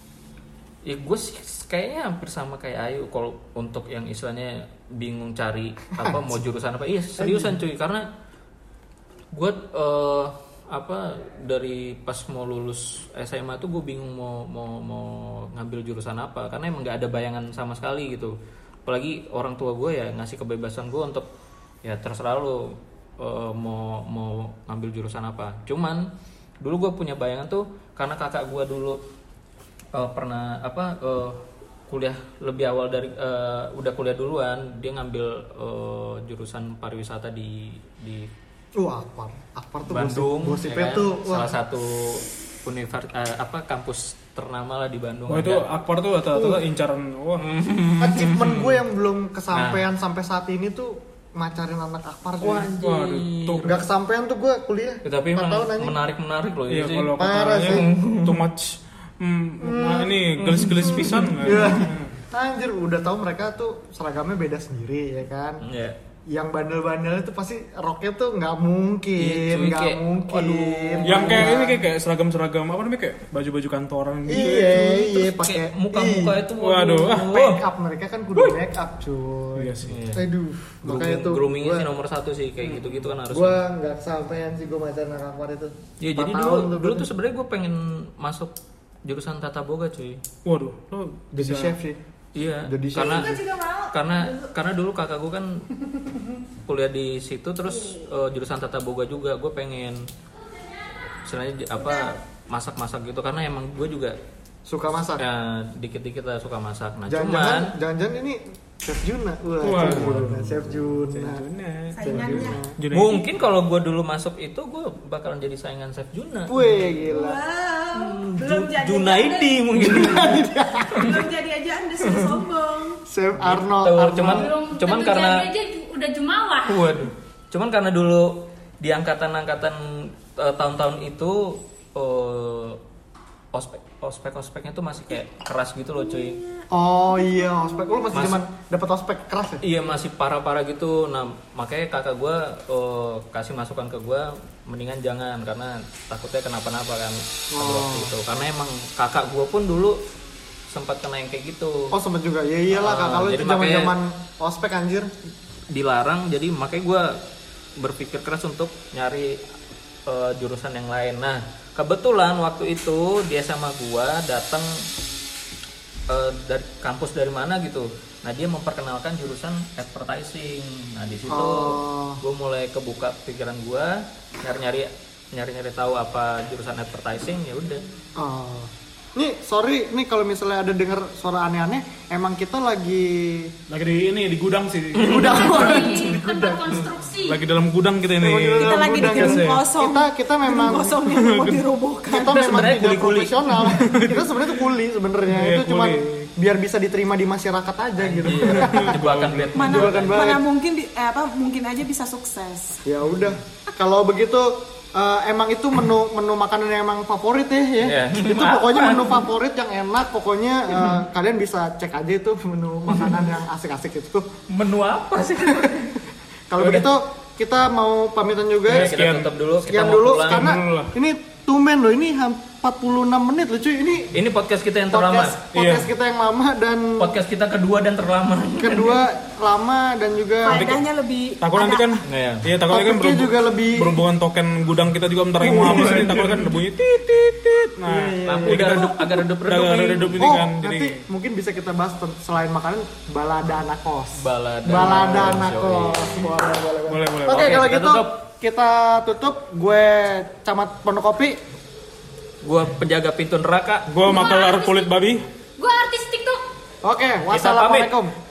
Ya gue sih kayaknya hampir sama kayak Ayu kalau untuk yang istilahnya bingung cari apa mau jurusan apa. Iya seriusan cuy, karena gue eh, apa dari pas mau lulus S M A tuh gue bingung mau mau mau ngambil jurusan apa karena emang nggak ada bayangan sama sekali gitu. Apalagi orang tua gue ya ngasih kebebasan gue untuk ya terserah lo eh, mau mau ngambil jurusan apa. Cuman dulu gue punya bayangan tuh karena kakak gue dulu uh, pernah apa uh, kuliah lebih awal dari uh, udah kuliah duluan, dia ngambil uh, jurusan pariwisata di di Wah, Akpar. Akpar tuh Bandung, gosip, ya gosipnya kan? tuh wah. Salah satu univers uh, apa kampus ternama lah di Bandung. Wah itu ada. Akbar tuh rata-rata incaran wah. Achievement gue yang belum kesampaian Nah. sampai saat ini tuh macarin anak Akpar sih. Wah, anjing. Waduh, tuh. Gak kesampaian tuh gue kuliah. Ya, tapi empat emang tahun anjing. menarik-menarik loh Iya ini sih. kalau Parah katanya sih. too much hmm, nah ini gelis-gelis pisan. Iya. Anjir, udah tahu mereka tuh seragamnya beda sendiri ya kan. Iya. Yang bandel-bandel itu pasti roknya tuh nggak mungkin, Iya, cuy, nggak kayak, mungkin. waduh. Yang kayak Iya. ini kayak, kayak seragam-seragam apa namanya kayak baju-baju kantoran gitu. Iya, iya, Terus pakai kayak muka-muka ih, itu Waduh, ah, make up mereka kan kudu make up, cuy. Iya sih. Iya. Aduh, makanya Grooming, tuh groomingnya gua- sih nomor satu sih kayak gitu-gitu kan harus. Gua nggak kesampaian sih gua macarin anak Akpar itu. Ya Empat jadi tahun dulu tuh dulu gua- tuh sebenarnya gue pengen masuk jurusan tata boga cuy. Waduh, lo Jadi bisa chef sih. Iya, Jadi chef. karena Gue juga mau. karena karena dulu kakak gue kan kuliah di situ terus uh, jurusan tata boga juga. Gue pengen istilahnya j- apa masak-masak gitu karena emang gue juga Suka masak. ya, dikit-dikit lah suka masak. Nah, Jangan-jangan cuman jangan-jangan ini Chef Juna. Wah, Wah. Chef Juna, Chef Juna. Chef Saingannya. Juna. Juni. mungkin kalau gue dulu masuk itu gue bakalan jadi saingan Chef Juna. Wih, gila. Wow. Belum jadi. Junaidi mungkin. Belum jadi aja Anda sudah sombong. Chef Arnold. Tuh, Arnold. cuman Belum cuman tentu karena jadi aja udah jumawa. waduh. Cuman karena dulu di angkatan-angkatan eh, tahun-tahun itu eh, ospek ospek-ospeknya tuh masih kayak keras gitu loh cuy. Oh iya, ospek. Lu masih Mas- zaman dapat ospek keras ya? Iya masih parah-parah gitu. Nah makanya kakak gue uh, kasih masukan ke gue, mendingan jangan karena takutnya kenapa-napa kan pada Oh. waktu itu. Karena emang kakak gue pun dulu sempat kena yang kayak gitu, Oh sempet juga. Ya iyalah Ah, kakak lu jadi itu zaman-zaman makanya- ospek anjir. dilarang. Jadi makanya gue berpikir keras untuk nyari uh, jurusan yang lain. Nah kebetulan waktu itu di S M A gue datang uh, dari kampus dari mana gitu. Nah dia memperkenalkan jurusan advertising. Nah di situ Oh. gue mulai kebuka pikiran gue, nyari-nyari nyari-nyari tahu apa jurusan advertising. Ya udah. Oh. Nih, sorry, nih kalau misalnya ada dengar suara aneh-aneh, emang kita lagi Lagi di ini di gudang sih. udah Di tempat konstruksi. Lagi dalam gudang kita ini. Kita lagi di gedung kosong. Kita kita memang Gedung kosong yang mau dirobohkan. kita memang Sebenarnya tidak kuli-kuli. profesional. Kita sebenarnya tuh kuli sebenarnya. Iya, Itu cuma kuli. biar bisa diterima di masyarakat aja gitu. Jebakan lihat. Mana, Jebakan banget. mana mungkin bi- eh, apa mungkin aja bisa sukses. Ya udah. Kalau begitu eh, emang itu menu menu makanan yang emang favorit ya, ya. Iya. Itu pokoknya menu favorit yang enak. Pokoknya eh, kalian bisa cek aja itu menu makanan yang asik-asik itu. Menu apa sih? Kalau Udah. begitu kita mau pamitan juga. Ya, Sekian. kita tutup dulu. Sekian kita mau dulu pulang. karena dulu lah. ini tumben loh, ini ham- empat puluh enam menit loh cuy. Ini Ini podcast kita yang terlama. podcast, podcast Iya. kita yang lama dan Podcast kita kedua dan terlama. kedua lama dan juga Faedahnya lebih Takut nanti kan, Iya. iya takutnya kan topiknya berhubung- juga lebih berhubungan token gudang kita juga bentar lagi mau habis ini takutnya kan ada bunyi tit tit tit. Nah, Lampu udah redup, agak redup-redup udah nih. redup ini oh kan nanti jadi mungkin bisa kita bahas ten- selain makanan balada anak kos. Balada. Balada anak Yoi. kos. Boleh, boleh, boleh. boleh boleh. Oke, Oke, kalau kita gitu tutup. kita tutup. Gue Camat Pondokopi. Gua penjaga pintu neraka. Gua makelar kulit babi. Gue artis TikTok. Oke, pamit. wassalamualaikum.